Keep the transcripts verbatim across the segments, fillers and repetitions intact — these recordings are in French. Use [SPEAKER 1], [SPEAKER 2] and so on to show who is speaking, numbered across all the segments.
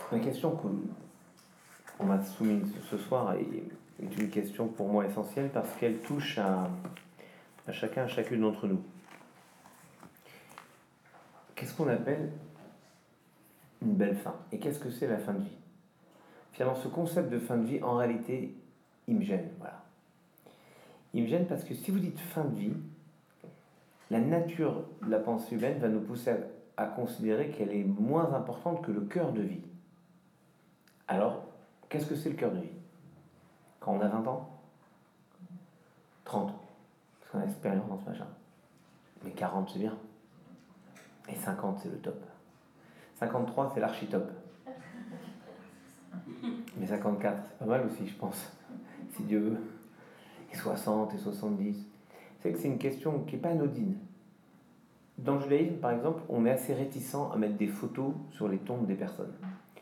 [SPEAKER 1] La question qu'on m'a soumise ce soir est une question pour moi essentielle parce qu'elle touche à, à chacun, à chacune d'entre nous. Qu'est-ce qu'on appelle une belle fin? Et qu'est-ce que c'est la fin de vie? Finalement, ce concept de fin de vie, en réalité, il me gêne. Voilà. Il me gêne parce que si vous dites fin de vie, la nature de la pensée humaine va nous pousser à, à considérer qu'elle est moins importante que le cœur de vie. Alors, qu'est-ce que c'est le cœur de vie? Quand on a vingt ans? trente? Parce qu'on a l'expérience dans ce machin. Mais quarante, c'est bien. Et cinquante, c'est le top. cinquante-trois, c'est l'archi-top. Mais cinquante-quatre, c'est pas mal aussi, je pense, si Dieu veut. Et soixante et soixante-dix. C'est que c'est une question qui n'est pas anodine. Dans le judaïsme, par exemple, on est assez réticent à mettre des photos sur les tombes des personnes.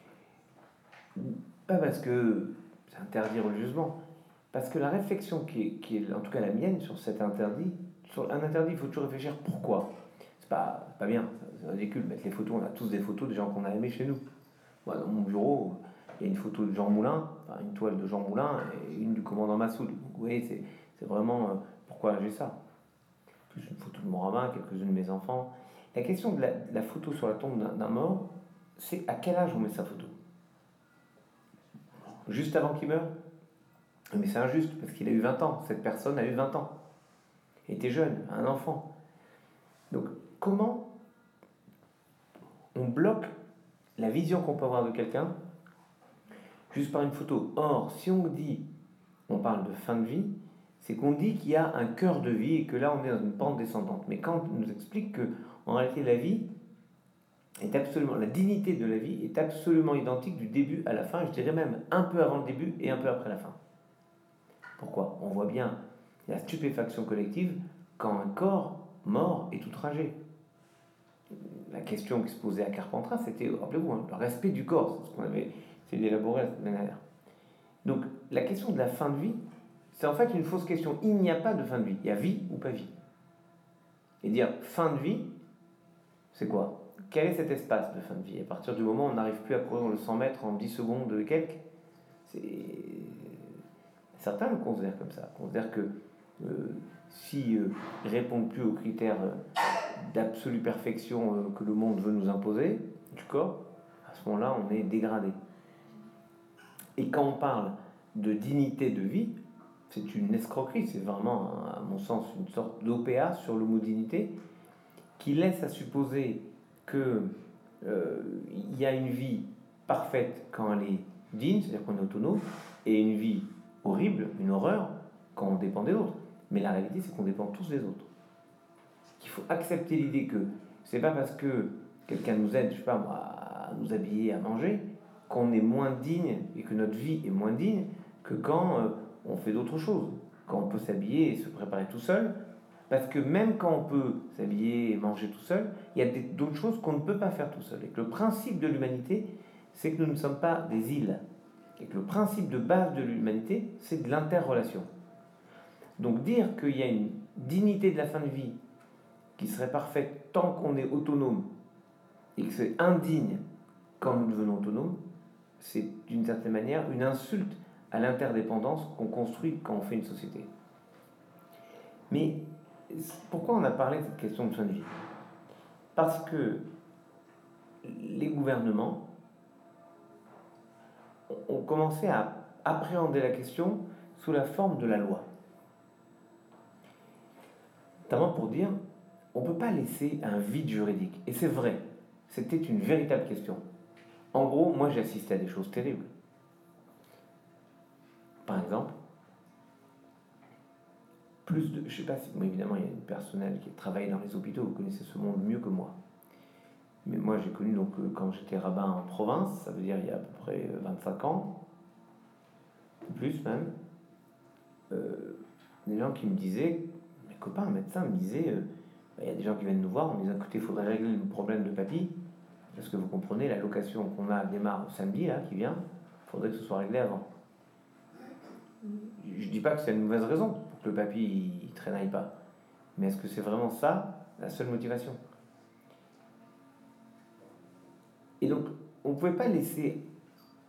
[SPEAKER 1] Pas parce que c'est interdit religieusement, parce que la réflexion qui est, qui est en tout cas la mienne sur cet interdit, sur un interdit, il faut toujours réfléchir pourquoi. C'est pas, pas bien, c'est ridicule de mettre les photos, on a tous des photos de gens qu'on a aimés chez nous. Moi, dans mon bureau, il y a une photo de Jean Moulin, enfin une toile de Jean Moulin et une du commandant Massoud. Donc vous voyez, c'est, c'est vraiment euh, pourquoi j'ai ça. Plus une photo de mon rabbin, quelques-unes de mes enfants. La question de la, de la photo sur la tombe d'un, d'un mort, c'est à quel âge on met sa photo? Juste avant qu'il meure? Mais c'est injuste, parce qu'il a eu vingt ans. Cette personne a eu vingt ans. Il était jeune, un enfant. Donc, comment on bloque la vision qu'on peut avoir de quelqu'un juste par une photo? Or, si on dit, on parle de fin de vie, c'est qu'on dit qu'il y a un cœur de vie et que là, on est dans une pente descendante. Mais quand on nous explique que, en réalité, la vie est absolument, la dignité de la vie est absolument identique du début à la fin, je dirais même un peu avant le début et un peu après la fin. Pourquoi? On voit bien la stupéfaction collective quand un corps mort est outragé. La question qui se posait à Carpentras, c'était, rappelez-vous, hein, le respect du corps, c'est ce qu'on avait essayé d'élaborer la semaine dernière. Donc, la question de la fin de vie, c'est en fait une fausse question. Il n'y a pas de fin de vie. Il y a vie ou pas vie. Et dire fin de vie, c'est quoi? Quel est cet espace de fin de vie? À partir du moment où on n'arrive plus à courir le cent mètres en dix secondes et quelques, c'est... certains le considèrent comme ça. Ils considèrent que euh, s'ils euh, ne répondent plus aux critères euh, d'absolue perfection euh, que le monde veut nous imposer, du corps, à ce moment-là, on est dégradé. Et quand on parle de dignité de vie, c'est une escroquerie, c'est vraiment, à mon sens, une sorte d'O P A sur le mot dignité, qui laisse à supposer qu'il euh, y a une vie parfaite quand elle est digne, c'est-à-dire qu'on est autonome, et une vie horrible, une horreur, quand on dépend des autres. Mais la réalité, c'est qu'on dépend tous des autres. Qu'il faut accepter l'idée que c'est pas parce que quelqu'un nous aide, je sais pas moi, à nous habiller, à manger, qu'on est moins digne et que notre vie est moins digne que quand euh, on fait d'autres choses. Quand on peut s'habiller et se préparer tout seul, parce que même quand on peut s'habiller et manger tout seul, il y a des, d'autres choses qu'on ne peut pas faire tout seul. Et que le principe de l'humanité, c'est que nous ne sommes pas des îles. Et que le principe de base de l'humanité, c'est de l'interrelation. Donc dire qu'il y a une dignité de la fin de vie qui serait parfaite tant qu'on est autonome et que c'est indigne quand nous devenons autonomes, c'est d'une certaine manière une insulte à l'interdépendance qu'on construit quand on fait une société. Mais pourquoi on a parlé de cette question de fin de vie? Parce que les gouvernements ont commencé à appréhender la question sous la forme de la loi. Notamment pour dire, on ne peut pas laisser un vide juridique. Et c'est vrai, c'était une véritable question. En gros, moi j'ai assisté à des choses terribles. Par exemple, plus de... Je ne sais pas si... Bon, évidemment, il y a une personnel qui travaille dans les hôpitaux, vous connaissez ce monde mieux que moi. Mais moi j'ai connu, donc, quand j'étais rabbin en province, ça veut dire il y a à peu près vingt-cinq ans, plus même, euh, des gens qui me disaient, mes copains médecins me disaient, euh, bah, il y a des gens qui viennent nous voir, on me dit, écoutez, il faudrait régler le problème de papy, parce que vous comprenez, la location qu'on a démarre au samedi, là, qui vient, il faudrait que ce soit réglé avant. Je ne dis pas que c'est une mauvaise raison pour que le papy ne traînaille pas, mais est-ce que c'est vraiment ça la seule motivation? Et donc, on ne pouvait pas laisser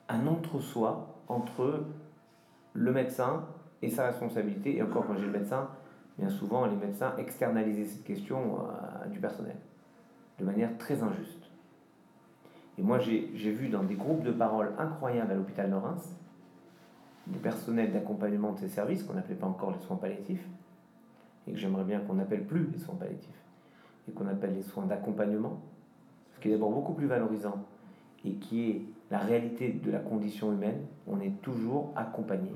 [SPEAKER 1] un entre-soi entre le médecin et sa responsabilité. Et encore, quand j'ai le médecin, bien souvent, les médecins externalisaient cette question à, à du personnel, de manière très injuste. Et moi, j'ai, j'ai vu dans des groupes de parole incroyables à l'hôpital de Reims, des personnels d'accompagnement de ces services, qu'on n'appelait pas encore les soins palliatifs, et que j'aimerais bien qu'on n'appelle plus les soins palliatifs, et qu'on appelle les soins d'accompagnement, ce qui est d'abord beaucoup plus valorisant, et qui est la réalité de la condition humaine. On est toujours accompagné.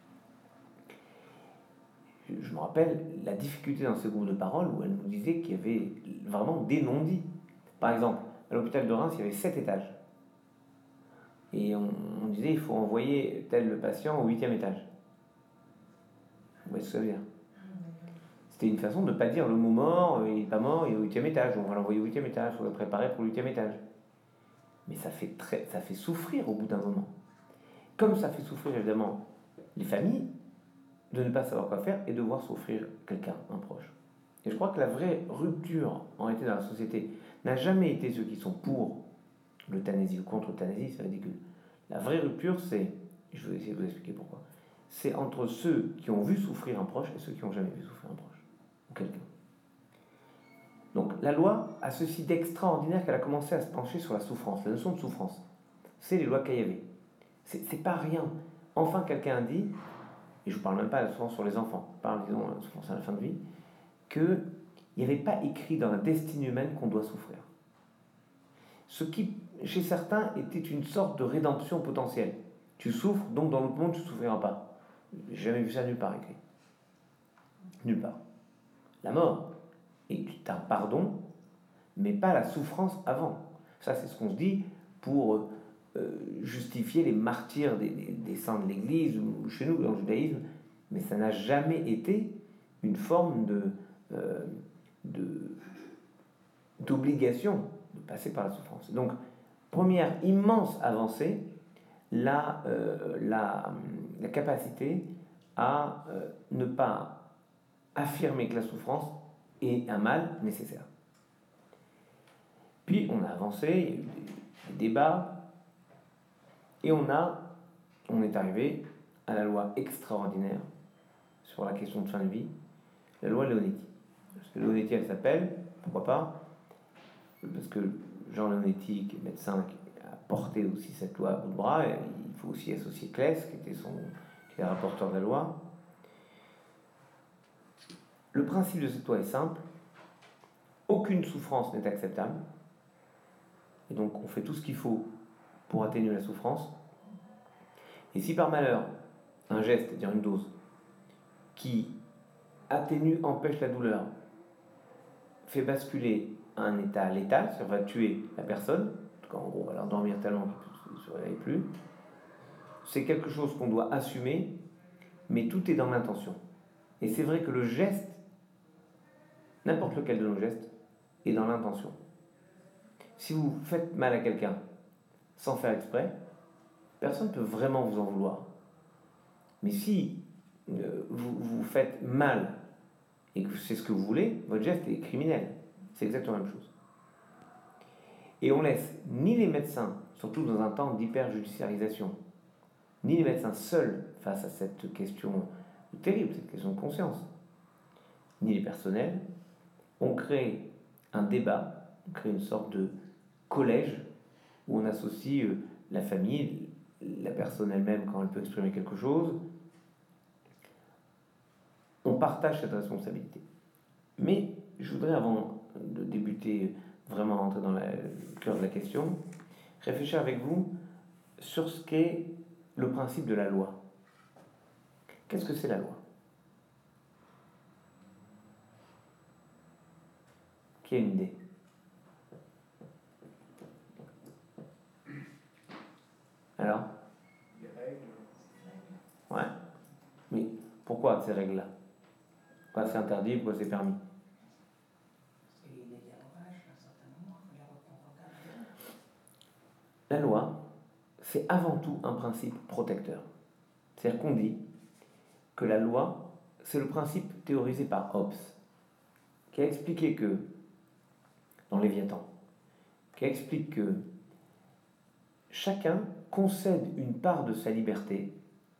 [SPEAKER 1] Je me rappelle la difficulté dans ce groupe de parole où elle nous disait qu'il y avait vraiment des non-dits. Par exemple, à l'hôpital de Reims, il y avait sept étages. Et on, on disait il faut envoyer tel patient au huitième étage. Vous voyez ce que ça veut dire? C'était une façon de ne pas dire le mot mort, il n'est pas mort, il est au huitième étage, on va l'envoyer au huitième étage, il faut le préparer pour le huitième étage. Mais ça fait, très, ça fait souffrir au bout d'un moment. Comme ça fait souffrir évidemment les familles, de ne pas savoir quoi faire et de voir souffrir quelqu'un, un proche. Et je crois que la vraie rupture en réalité dans la société n'a jamais été ceux qui sont pour l'euthanasie ou contre l'euthanasie, c'est ridicule. La vraie rupture, c'est, je vais essayer de vous expliquer pourquoi, c'est entre ceux qui ont vu souffrir un proche et ceux qui n'ont jamais vu souffrir un proche, ou quelqu'un. Donc la loi a ceci d'extraordinaire qu'elle a commencé à se pencher sur la souffrance, la notion de souffrance. C'est les lois Caillavet. C'est, c'est pas rien. Enfin, quelqu'un a dit, et je ne vous parle même pas de la souffrance sur les enfants, je parle, disons, de la souffrance à la fin de vie, qu'il n'y avait pas écrit dans la destinée humaine qu'on doit souffrir. Ce qui, chez certains, était une sorte de rédemption potentielle. Tu souffres, donc dans l'autre monde, tu ne souffriras pas. J'ai jamais vu ça nulle part écrit. Nulle part. La mort est un pardon, mais pas la souffrance avant. Ça, c'est ce qu'on se dit pour euh, justifier les martyrs des, des, des saints de l'Église, ou chez nous, dans le judaïsme, mais ça n'a jamais été une forme de, euh, de, d'obligation de passer par la souffrance. Donc, première immense avancée, la, euh, la, la capacité à euh, ne pas affirmer que la souffrance est un mal nécessaire. Puis on a avancé, il y a eu des, des débats, et on, a, on est arrivé à la loi extraordinaire sur la question de fin de vie, la loi Leonetti. Parce que Leonetti, elle s'appelle, pourquoi pas, parce que Jean Leonetti, qui est médecin, qui a porté aussi cette loi à bout de bras, et il faut aussi associer Claes, qui était son qui est rapporteur de la loi. Le principe de cette loi est simple, aucune souffrance n'est acceptable, et donc on fait tout ce qu'il faut pour atténuer la souffrance. Et si par malheur, un geste, c'est-à-dire une dose, qui atténue, empêche la douleur, fait basculer à un état létal, c'est-à-dire va tuer la personne, en tout cas en gros, on va l'endormir tellement qu'il ne se réveille plus, c'est quelque chose qu'on doit assumer, mais tout est dans l'intention. Et c'est vrai que le geste, n'importe lequel de nos gestes, est dans l'intention. Si vous faites mal à quelqu'un sans faire exprès, personne ne peut vraiment vous en vouloir. Mais si euh, vous, vous faites mal et que c'est ce que vous voulez, votre geste est criminel. C'est exactement la même chose. Et on laisse ni les médecins, surtout dans un temps d'hyper-judiciarisation, ni les médecins seuls face à cette question terrible, cette question de conscience, ni les personnels. On crée un débat, on crée une sorte de collège où on associe la famille, la personne elle-même quand elle peut exprimer quelque chose. On partage cette responsabilité. Mais je voudrais, avant de débuter, vraiment rentrer dans la, le cœur de la question, réfléchir avec vous sur ce qu'est le principe de la loi. Qu'est-ce que c'est la loi? Qui a une idée? Alors?
[SPEAKER 2] Les règles.
[SPEAKER 1] Ouais. Mais pourquoi ces règles-là? Pourquoi c'est interdit? Pourquoi c'est permis? La loi, c'est avant tout un principe protecteur. C'est-à-dire qu'on dit que la loi, c'est le principe théorisé par Hobbes, qui a expliqué que, dans Léviathan, qui explique que chacun concède une part de sa liberté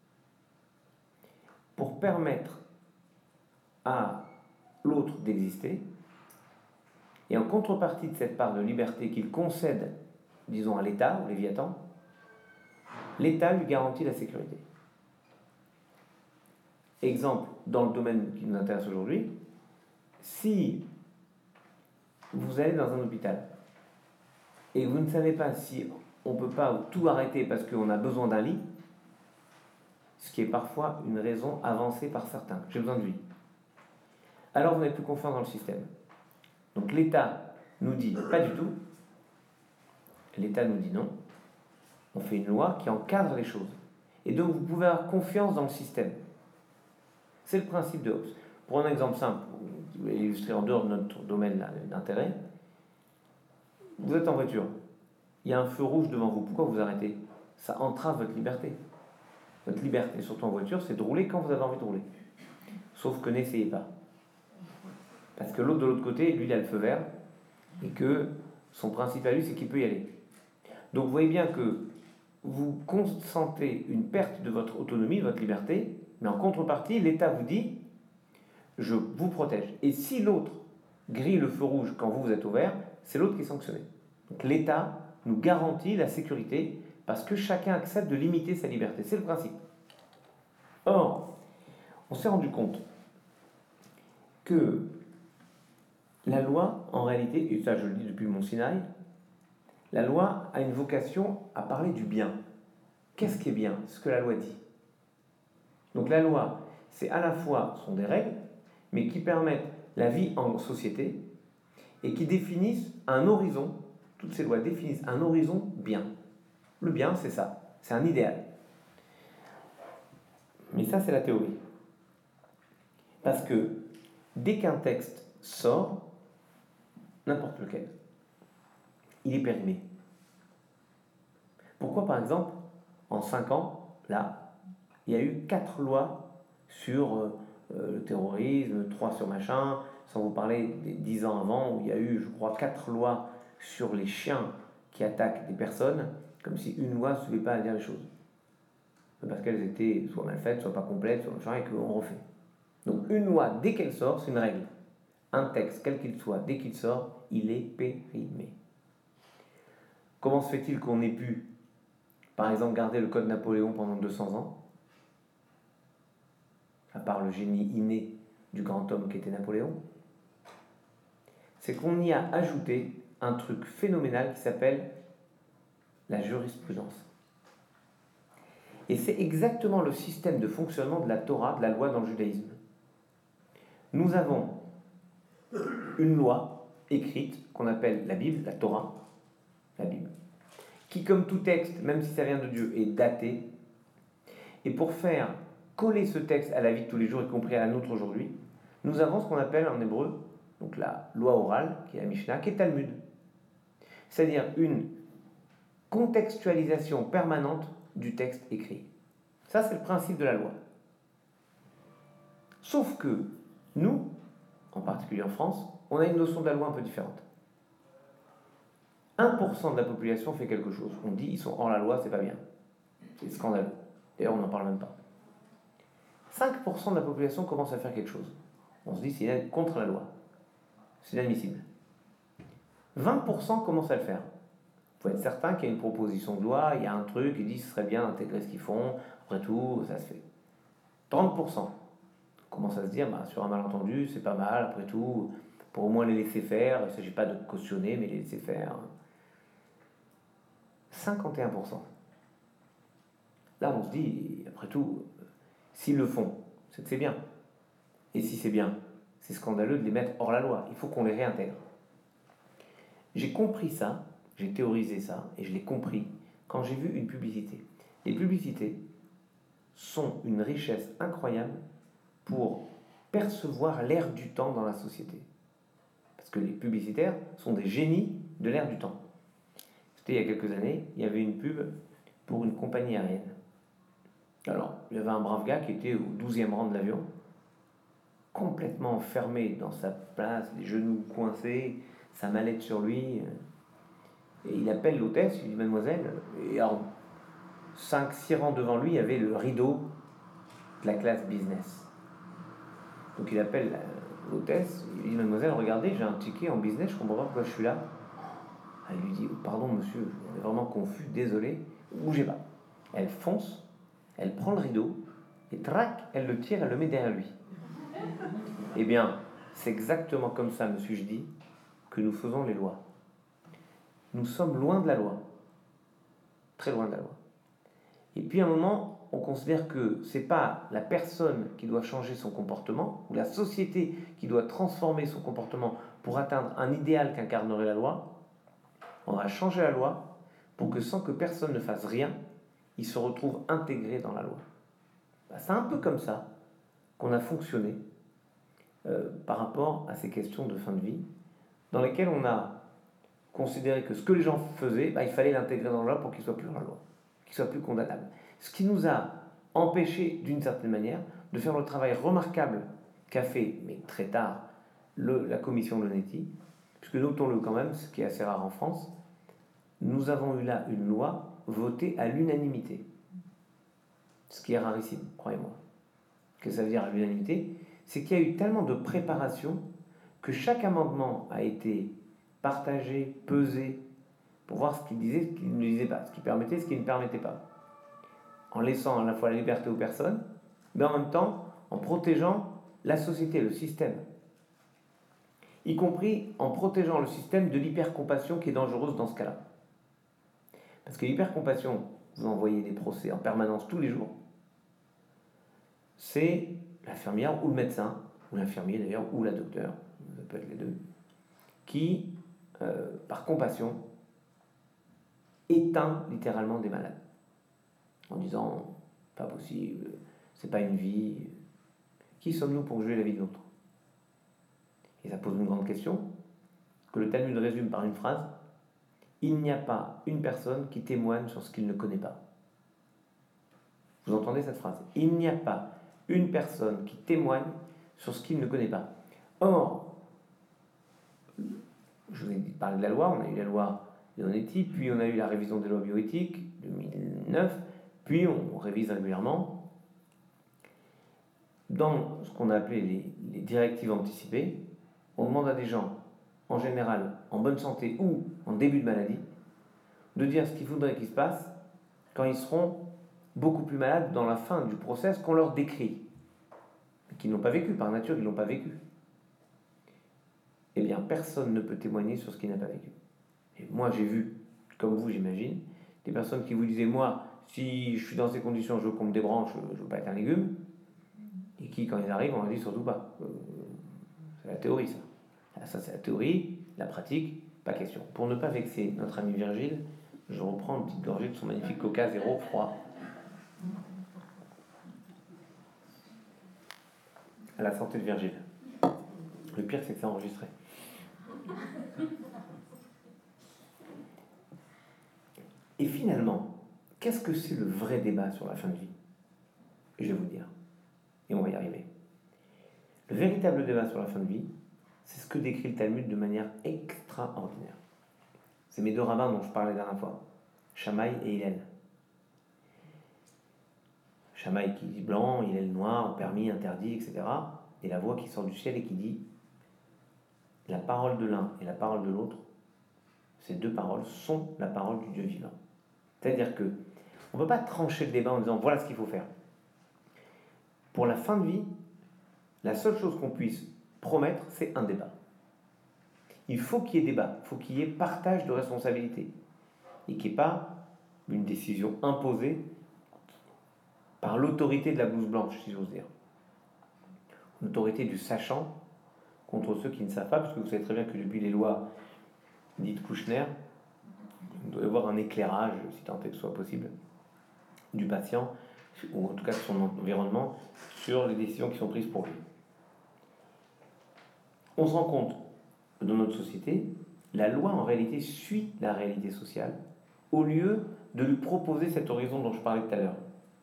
[SPEAKER 1] pour permettre à l'autre d'exister, et en contrepartie de cette part de liberté qu'il concède, disons, à l'État, au Léviathan, l'État lui garantit la sécurité. Exemple, dans le domaine qui nous intéresse aujourd'hui, si vous allez dans un hôpital et vous ne savez pas si on ne peut pas tout arrêter parce qu'on a besoin d'un lit, ce qui est parfois une raison avancée par certains, j'ai besoin de lui, alors vous n'avez plus confiance dans le système. Donc l'État nous dit pas du tout, l'État nous dit non, on fait une loi qui encadre les choses. Et donc vous pouvez avoir confiance dans le système. C'est le principe de Hobbes. Pour un exemple simple, qui va illustrer en dehors de notre domaine d'intérêt, vous êtes en voiture, il y a un feu rouge devant vous, pourquoi vous arrêtez? Ça entrave votre liberté. Votre liberté, surtout en voiture, c'est de rouler quand vous avez envie de rouler. Sauf que n'essayez pas. Parce que l'autre de l'autre côté, lui, il a le feu vert, et que son principe à lui, c'est qu'il peut y aller. Donc vous voyez bien que vous consentez une perte de votre autonomie, de votre liberté, mais en contrepartie, l'État vous dit « je vous protège ». Et si l'autre grille le feu rouge quand vous, vous êtes au vert, c'est l'autre qui est sanctionné. Donc l'État nous garantit la sécurité parce que chacun accepte de limiter sa liberté. C'est le principe. Or, on s'est rendu compte que la loi, en réalité, et ça je le dis depuis mon Sinaï, la loi a une vocation à parler du bien. Qu'est-ce qui est bien? Ce que la loi dit. Donc la loi, c'est à la fois, sont des règles, mais qui permettent la vie en société et qui définissent un horizon, toutes ces lois définissent un horizon bien. Le bien, c'est ça, c'est un idéal. Mais ça, c'est la théorie. Parce que dès qu'un texte sort, n'importe lequel, il est périmé. Pourquoi, par exemple, en cinq ans, là, il y a eu quatre lois sur euh, le terrorisme, trois sur machin, sans vous parler des dix ans avant, où il y a eu, je crois, quatre lois sur les chiens qui attaquent des personnes, comme si une loi ne se suffisait pas à dire les choses. Parce qu'elles étaient soit mal faites, soit pas complètes, soit machin, et qu'on refait. Donc une loi, dès qu'elle sort, c'est une règle. Un texte, quel qu'il soit, dès qu'il sort, il est périmé. Comment se fait-il qu'on ait pu, par exemple, garder le code Napoléon pendant deux cents ans, à part le génie inné du grand homme qui était Napoléon? C'est qu'on y a ajouté un truc phénoménal qui s'appelle la jurisprudence. Et c'est exactement le système de fonctionnement de la Torah, de la loi dans le judaïsme. Nous avons une loi écrite qu'on appelle la Bible, la Torah, la Bible, qui, comme tout texte, même si ça vient de Dieu, est daté. Et pour faire coller ce texte à la vie de tous les jours, y compris à la nôtre aujourd'hui, nous avons ce qu'on appelle en hébreu, donc la loi orale, qui est la Mishnah, qui est Talmud. C'est-à-dire une contextualisation permanente du texte écrit. Ça, c'est le principe de la loi. Sauf que nous, en particulier en France, on a une notion de la loi un peu différente. un pour cent de la population fait quelque chose. On dit ils sont hors la loi, c'est pas bien. C'est scandaleux. D'ailleurs, on n'en parle même pas. cinq pour cent de la population commence à faire quelque chose. On se dit c'est contre la loi. C'est inadmissible. vingt pour cent commencent à le faire. Il faut être certain qu'il y a une proposition de loi, il y a un truc, ils disent ce serait bien d'intégrer ce qu'ils font, après tout, ça se fait. trente pour cent commencent à se dire, bah, sur un malentendu, c'est pas mal, après tout, pour au moins les laisser faire, il ne s'agit pas de cautionner, mais les laisser faire. cinquante et un pour cent. Là, on se dit, après tout, s'ils le font, c'est que c'est bien. Et si c'est bien, c'est scandaleux de les mettre hors la loi. Il faut qu'on les réintègre. J'ai compris ça, j'ai théorisé ça, et je l'ai compris quand j'ai vu une publicité. Les publicités sont une richesse incroyable pour percevoir l'ère du temps dans la société. Parce que les publicitaires sont des génies de l'ère du temps. C'était il y a quelques années, il y avait une pub pour une compagnie aérienne. Alors, il y avait un brave gars qui était au douzième rang de l'avion, complètement enfermé dans sa place, les genoux coincés, sa mallette sur lui. Et il appelle l'hôtesse, il dit mademoiselle, et en cinq six rangs devant lui, il y avait le rideau de la classe business. Donc il appelle l'hôtesse, il dit mademoiselle, regardez, j'ai un ticket en business, je comprends pas pourquoi je suis là. Elle lui dit pardon monsieur, on est vraiment confus, désolé, bougez pas. Elle fonce, elle prend le rideau, et trac, elle le tire, elle le met derrière lui. Eh bien, c'est exactement comme ça, me suis-je dit, que nous faisons les lois. Nous sommes loin de la loi, très loin de la loi. Et puis à un moment, on considère que ce n'est pas la personne qui doit changer son comportement, ou la société qui doit transformer son comportement pour atteindre un idéal qu'incarnerait la loi. On va changer la loi pour que sans que personne ne fasse rien, il se retrouve intégré dans la loi. C'est un peu comme ça qu'on a fonctionné euh, par rapport à ces questions de fin de vie, dans lesquelles on a considéré que ce que les gens faisaient, bah, il fallait l'intégrer dans la loi pour qu'il soit plus dans la loi, qu'il soit plus condamnable. Ce qui nous a empêché, d'une certaine manière, de faire le travail remarquable qu'a fait, mais très tard, le, la commission Lonetti, puisque notons-le quand même, ce qui est assez rare en France, nous avons eu là une loi votée à l'unanimité. Ce qui est rarissime, croyez-moi. Ce que ça veut dire à l'unanimité, c'est qu'il y a eu tellement de préparation que chaque amendement a été partagé, pesé, pour voir ce qu'il disait, ce qu'il ne disait pas, ce qui permettait, ce qui ne permettait pas. En laissant à la fois la liberté aux personnes, mais en même temps en protégeant la société, le système. Y compris en protégeant le système de l'hypercompassion qui est dangereuse dans ce cas-là. Parce que l'hypercompassion, vous envoyez des procès en permanence tous les jours, c'est l'infirmière ou le médecin, ou l'infirmier d'ailleurs, ou la docteure, ça peut être les deux, qui, euh, par compassion, éteint littéralement des malades. En disant, pas possible, c'est pas une vie. Qui sommes-nous pour juger la vie de l'autre? Et ça pose une grande question, que le Talmud résume par une phrase: il n'y a pas une personne qui témoigne sur ce qu'il ne connaît pas. Vous entendez cette phrase? Il n'y a pas une personne qui témoigne sur ce qu'il ne connaît pas. Or, je vous ai parlé de la loi, on a eu la loi Leonetti, puis on a eu la révision des lois bioéthiques, deux mille neuf, puis on révise régulièrement. Dans ce qu'on a appelé les, les directives anticipées, on demande à des gens, en général en bonne santé ou en début de maladie, de dire ce qu'il faudrait qu'il se passe quand ils seront beaucoup plus malades dans la fin du process qu'on leur décrit, qu'ils n'ont pas vécu, par nature ils ne l'ont pas vécu. Eh bien, personne ne peut témoigner sur ce qu'il n'a pas vécu. Et moi, j'ai vu, comme vous, j'imagine, des personnes qui vous disaient, moi, si je suis dans ces conditions, je veux qu'on me débranche, je ne veux pas être un légume, et qui, quand ils arrivent, on leur dit surtout pas. Euh, c'est la théorie, ça. Ça, c'est la théorie, la pratique, pas question. Pour ne pas vexer notre ami Virgile, je reprends une petite gorgée de son magnifique Coca zéro froid. À la santé de Virgile. Le pire, c'est que c'est enregistré. Et finalement, qu'est-ce que c'est le vrai débat sur la fin de vie? Je vais vous dire. Et on va y arriver. Le véritable débat sur la fin de vie, c'est ce que décrit le Talmud de manière extraordinaire. C'est mes deux rabbins dont je parlais la dernière fois, Shammai et Hillel. Shammai qui dit blanc, Hillel noir, permis, interdit, et cetera. Et la voix qui sort du ciel et qui dit la parole de l'un et la parole de l'autre, ces deux paroles sont la parole du Dieu vivant. C'est-à-dire que on ne peut pas trancher le débat en disant voilà ce qu'il faut faire. Pour la fin de vie, la seule chose qu'on puisse promettre, c'est un débat. Il faut qu'il y ait débat, il faut qu'il y ait partage de responsabilité et qu'il n'y ait pas une décision imposée par l'autorité de la blouse blanche, si j'ose dire. L'autorité du sachant contre ceux qui ne savent pas, parce que vous savez très bien que depuis les lois dites Kouchner, il doit y avoir un éclairage, si tant est que ce soit possible, du patient, ou en tout cas de son environnement, sur les décisions qui sont prises pour lui. On se rend compte que dans notre société, la loi en réalité suit la réalité sociale, au lieu de lui proposer cet horizon dont je parlais tout à l'heure.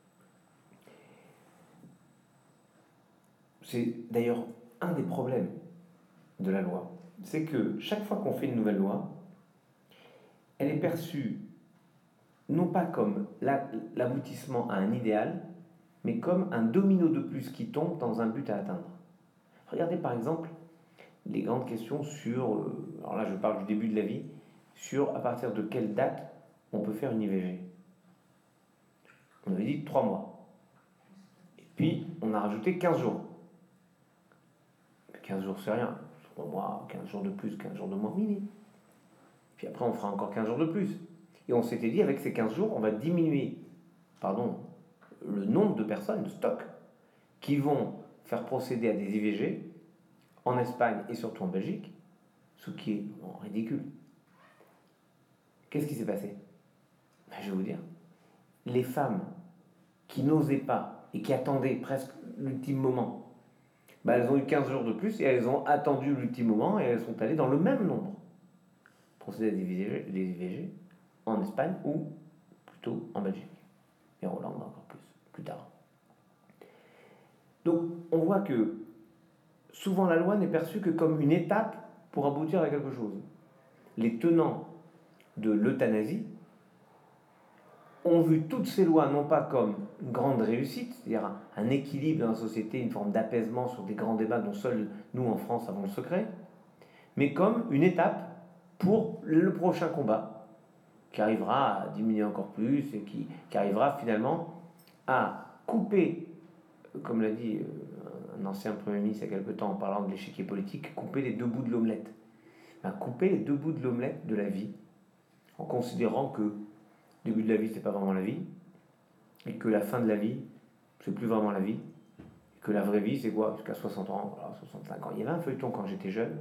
[SPEAKER 1] C'est d'ailleurs un des problèmes de la loi, c'est que chaque fois qu'on fait une nouvelle loi, elle est perçue non pas comme la- l'aboutissement à un idéal, mais comme un domino de plus qui tombe dans un but à atteindre. Regardez par exemple les grandes questions sur, euh, alors là je parle du début de la vie, sur à partir de quelle date on peut faire une I V G. On avait dit trois mois. Et puis on a rajouté quinze jours. quinze jours c'est rien. trois mois, quinze jours de plus, quinze jours de moins, oui, oui. Puis après on fera encore quinze jours de plus. Et on s'était dit avec ces quinze jours, on va diminuer, pardon, le nombre de personnes, de stock, qui vont faire procéder à des I V G en Espagne et surtout en Belgique, ce qui est bon, ridicule. Qu'est-ce qui s'est passé? Ben, je vais vous dire. Les femmes qui n'osaient pas et qui attendaient presque l'ultime moment, ben, elles ont eu quinze jours de plus et elles ont attendu l'ultime moment et elles sont allées dans le même nombre procéder à des I V G, des I V G en Espagne ou plutôt en Belgique. Et en Hollande encore plus, plus tard. Donc on voit que souvent la loi n'est perçue que comme une étape pour aboutir à quelque chose. Les tenants de l'euthanasie ont vu toutes ces lois non pas comme une grande réussite, c'est-à-dire un, un équilibre dans la société, une forme d'apaisement sur des grands débats dont seuls nous en France avons le secret, mais comme une étape pour le prochain combat qui arrivera à diminuer encore plus et qui, qui arrivera finalement à couper, comme l'a dit un ancien Premier ministre il y a quelque temps en parlant de l'échiquier politique, couper les deux bouts de l'omelette. Ben, couper les deux bouts de l'omelette de la vie en considérant que le début de la vie c'est pas vraiment la vie et que la fin de la vie c'est plus vraiment la vie et que la vraie vie c'est quoi jusqu'à soixante ans, voilà, soixante-cinq ans. Il y avait un feuilleton quand j'étais jeune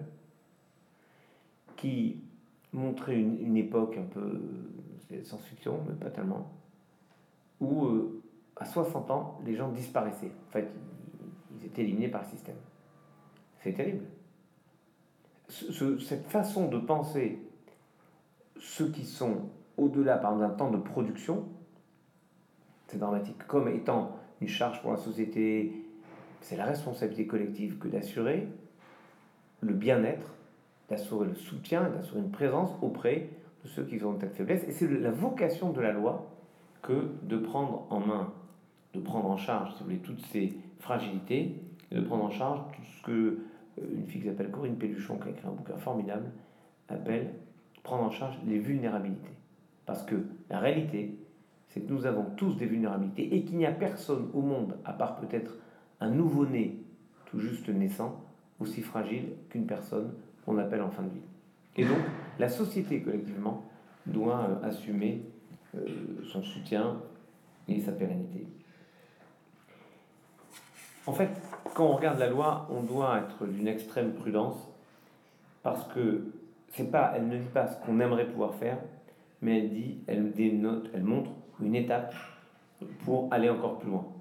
[SPEAKER 1] qui montrait une, une époque un peu science-fiction mais pas tellement où euh, à soixante ans les gens disparaissaient, en fait ils étaient éliminés par le système. C'est terrible. Ce, ce, cette façon de penser ceux qui sont au-delà par exemple, d'un temps de production, c'est dramatique, comme étant une charge pour la société. C'est la responsabilité collective que d'assurer le bien-être, d'assurer le soutien, d'assurer une présence auprès de ceux qui ont une telle faiblesse. Et c'est la vocation de la loi que de prendre en main, de prendre en charge, si vous voulez, toutes ces fragilités, et de prendre en charge tout ce que une fille qui s'appelle Corinne Pelluchon, qui a écrit un bouquin formidable, appelle prendre en charge les vulnérabilités. Parce que la réalité, c'est que nous avons tous des vulnérabilités et qu'il n'y a personne au monde, à part peut-être un nouveau-né tout juste naissant, aussi fragile qu'une personne qu'on appelle en fin de vie. Et donc, la société, collectivement, doit euh, assumer euh, son soutien et sa pérennité. En fait, quand on regarde la loi, on doit être d'une extrême prudence parce que c'est pas, elle ne dit pas ce qu'on aimerait pouvoir faire, mais elle dit, elle dénote, elle montre une étape pour aller encore plus loin.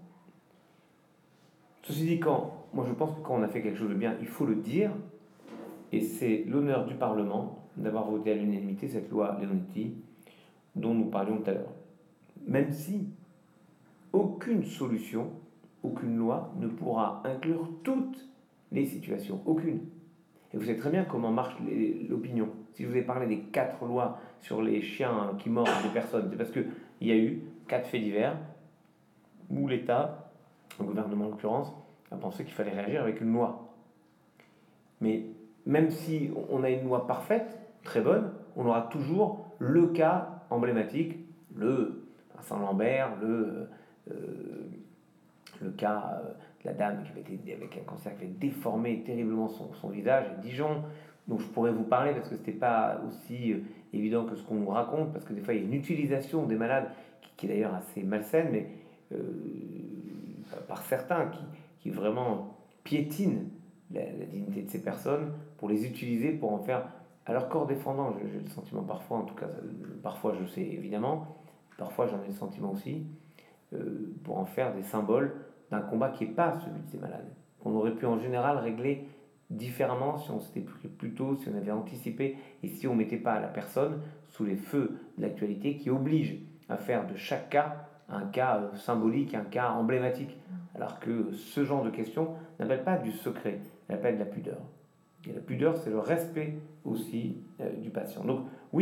[SPEAKER 1] Ceci dit, quand, moi je pense que quand on a fait quelque chose de bien, il faut le dire, et c'est l'honneur du Parlement d'avoir voté à l'unanimité cette loi Leonetti dont nous parlions tout à l'heure. Même si aucune solution, aucune loi ne pourra inclure toutes les situations, aucune. Et vous savez très bien comment marche les, l'opinion. Si je vous ai parlé des quatre lois sur les chiens qui mordent des personnes, c'est parce qu'il y a eu quatre faits divers où l'État, le gouvernement en l'occurrence, a pensé qu'il fallait réagir avec une loi. Mais même si on a une loi parfaite, très bonne, on aura toujours le cas emblématique, le Saint-Lambert, le, euh, le cas de la dame qui avait été avec un cancer qui avait déformé terriblement son, son visage, et Dijon, dont je pourrais vous parler parce que ce n'était pas aussi évident que ce qu'on nous raconte, parce que des fois il y a une utilisation des malades qui, qui est d'ailleurs assez malsaine, mais euh, par certains qui, qui vraiment piétinent la, la dignité de ces personnes pour les utiliser pour en faire à leur corps défendant. J'ai, j'ai le sentiment parfois, en tout cas, ça, parfois je sais évidemment, parfois j'en ai le sentiment aussi, euh, pour en faire des symboles d'un combat qui n'est pas celui de ces malades, qu'on aurait pu en général régler différemment si on s'était pris plus tôt, si on avait anticipé et si on ne mettait pas la personne sous les feux de l'actualité qui oblige à faire de chaque cas un cas symbolique, un cas emblématique, alors que ce genre de questions n'appelle pas du secret, elle appelle de la pudeur. Et la pudeur, c'est le respect aussi euh, du patient. Donc oui,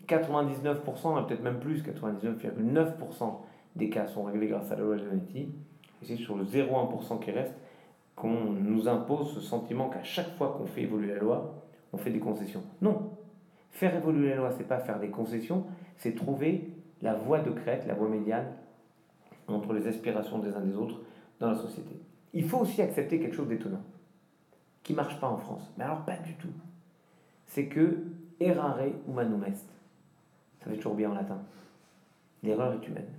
[SPEAKER 1] quatre-vingt-dix-neuf pour cent, peut-être même plus, quatre-vingt-dix-neuf virgule neuf pour cent des cas sont réglés grâce à la loi de l'Humanity. Et c'est sur le zéro virgule un pour cent qui reste qu'on nous impose ce sentiment qu'à chaque fois qu'on fait évoluer la loi, on fait des concessions. Non, faire évoluer la loi, c'est pas faire des concessions, c'est trouver la voie de crête, la voie médiane entre les aspirations des uns des autres dans la société. Il faut aussi accepter quelque chose d'étonnant, qui ne marche pas en France. Mais alors pas du tout. C'est que errare humanum est. Ça fait toujours bien en latin. L'erreur est humaine.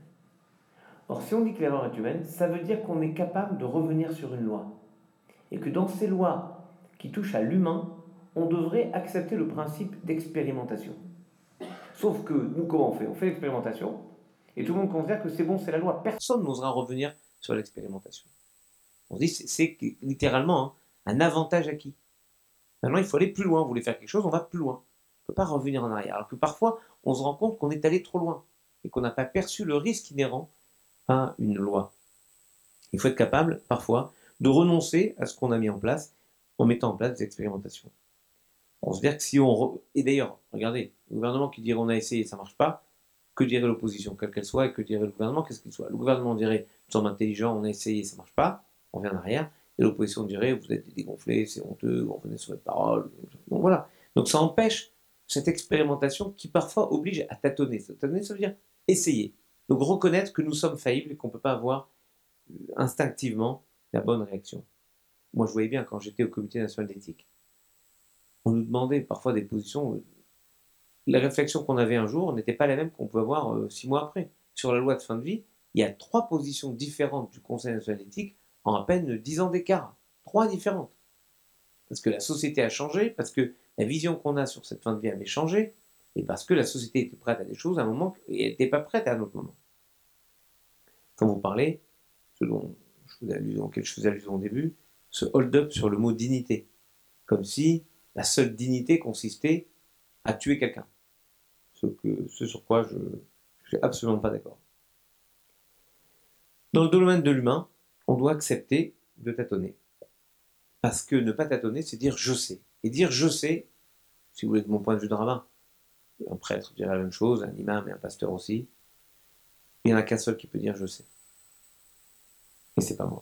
[SPEAKER 1] Or, si on dit que l'erreur est humaine, ça veut dire qu'on est capable de revenir sur une loi. Et que dans ces lois qui touchent à l'humain, on devrait accepter le principe d'expérimentation. Sauf que, nous, comment on fait? On fait l'expérimentation, et tout le monde considère que c'est bon, c'est la loi. Personne n'osera revenir sur l'expérimentation. On se dit, c'est, c'est littéralement hein, un avantage acquis. Maintenant, il faut aller plus loin. Vous voulez faire quelque chose, on va plus loin. On ne peut pas revenir en arrière. Alors que parfois, on se rend compte qu'on est allé trop loin et qu'on n'a pas perçu le risque inhérent à une loi. Il faut être capable, parfois, de renoncer à ce qu'on a mis en place en mettant en place des expérimentations. On se dit que si on... Re... Et d'ailleurs, regardez, le gouvernement qui dirait on a essayé et ça ne marche pas, que dirait l'opposition, quelle qu'elle soit, et que dirait le gouvernement, qu'est-ce qu'il soit. Le gouvernement dirait nous sommes intelligents, on a essayé et ça ne marche pas, on revient en arrière, et l'opposition dirait vous êtes dégonflés, c'est honteux, on revenait sur votre parole. Donc voilà. Donc ça empêche cette expérimentation qui parfois oblige à tâtonner. Tâtonner, ça veut dire essayer. Donc reconnaître que nous sommes faillibles et qu'on ne peut pas avoir instinctivement la bonne réaction. Moi je voyais bien quand j'étais au comité national d'éthique, on nous demandait parfois des positions. La réflexion qu'on avait un jour n'était pas la même qu'on peut avoir euh, six mois après. Sur la loi de fin de vie, il y a trois positions différentes du Conseil national d'éthique en à peine dix ans d'écart. Trois différentes. Parce que la société a changé, parce que la vision qu'on a sur cette fin de vie avait changé, et parce que la société était prête à des choses à un moment et elle n'était pas prête à un autre moment. Quand vous parlez, ce dont je faisais allusion, auquel je faisais allusion au début, ce hold-up sur le mot dignité. Comme si la seule dignité consistait à tuer quelqu'un. Ce, que, ce sur quoi je ne suis absolument pas d'accord. Dans le domaine de l'humain, on doit accepter de tâtonner. Parce que ne pas tâtonner, c'est dire je sais. Et dire je sais, si vous voulez de mon point de vue de rabbin, un prêtre dirait la même chose, un imam et un pasteur aussi, il n'y en a qu'un seul qui peut dire je sais. Et c'est pas moi.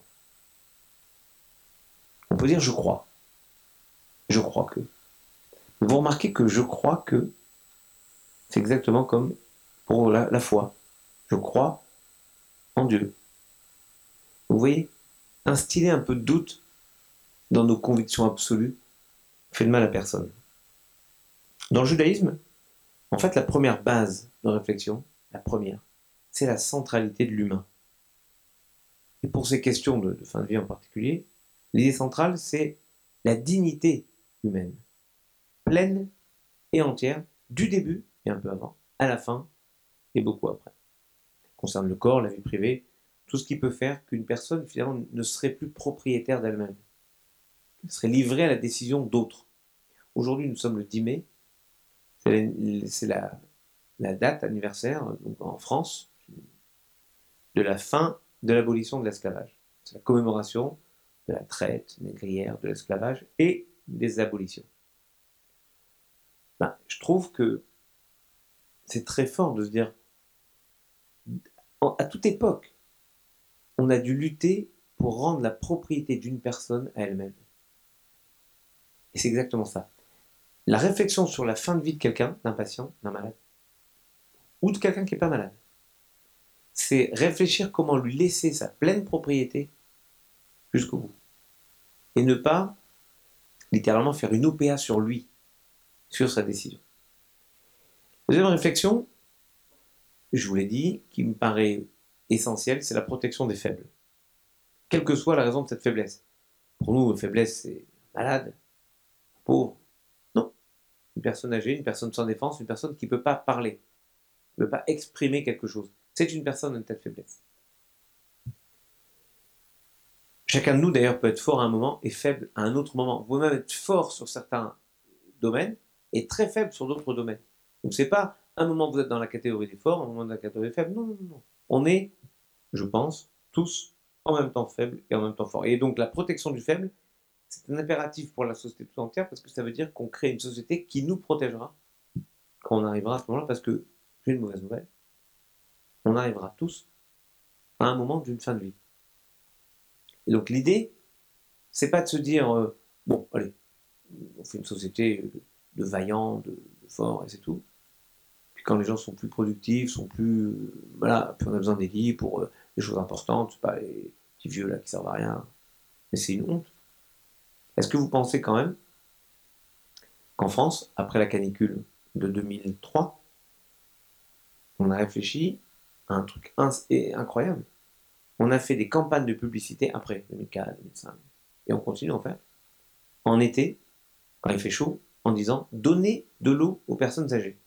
[SPEAKER 1] On peut dire je crois. Je crois que. Vous remarquez que je crois que, c'est exactement comme pour la, la foi. Je crois en Dieu. Vous voyez, instiller un peu de doute dans nos convictions absolues fait de mal à personne. Dans le judaïsme, en fait, la première base de réflexion, la première, c'est la centralité de l'humain. Et pour ces questions de, de fin de vie en particulier, l'idée centrale, c'est la dignité humaine, pleine et entière, du début et un peu avant, à la fin et beaucoup après. Ça concerne le corps, la vie privée, tout ce qui peut faire qu'une personne, finalement, ne serait plus propriétaire d'elle-même. Elle serait livrée à la décision d'autres. Aujourd'hui, nous sommes le dix mai, c'est la, c'est la, la date anniversaire, donc en France, de la fin de l'abolition de l'esclavage. C'est la commémoration de la traite négrière, de l'esclavage et des abolitions. Ben, je trouve que c'est très fort de se dire, à toute époque, on a dû lutter pour rendre la propriété d'une personne à elle-même. Et c'est exactement ça. La réflexion sur la fin de vie de quelqu'un, d'un patient, d'un malade, ou de quelqu'un qui n'est pas malade, c'est réfléchir comment lui laisser sa pleine propriété jusqu'au bout. Et ne pas, littéralement, faire une O P A sur lui, sur sa décision. Deuxième réflexion, je vous l'ai dit, qui me paraît essentielle, c'est la protection des faibles. Quelle que soit la raison de cette faiblesse. Pour nous, faiblesse, c'est malade, pauvre. Non. Une personne âgée, une personne sans défense, une personne qui ne peut pas parler, ne peut pas exprimer quelque chose. C'est une personne d'une telle faiblesse. Chacun de nous, d'ailleurs, peut être fort à un moment et faible à un autre moment. Vous pouvez même être fort sur certains domaines et très faible sur d'autres domaines. Donc, c'est pas un moment vous êtes dans la catégorie des forts, un moment dans la catégorie des faibles. Non, non, non. On est, je pense, tous en même temps faibles et en même temps forts. Et donc, la protection du faible, c'est un impératif pour la société tout entière parce que ça veut dire qu'on crée une société qui nous protégera quand on arrivera à ce moment-là, parce que j'ai une mauvaise nouvelle, on arrivera tous à un moment d'une fin de vie. Et donc l'idée, c'est pas de se dire, euh, bon, allez, on fait une société de vaillants, de, de forts, et c'est tout. Puis quand les gens sont plus productifs, sont plus, euh, voilà, puis on a besoin des lits pour euh, des choses importantes, c'est pas les petits vieux là qui servent à rien. Mais c'est une honte. Est-ce que vous pensez quand même qu'en France, après la canicule de deux mille trois, on a réfléchi à un truc incroyable. On a fait des campagnes de publicité après deux mille quatre, deux mille cinq, et on continue en fait, en été, quand il fait chaud, en disant donnez de l'eau aux personnes âgées.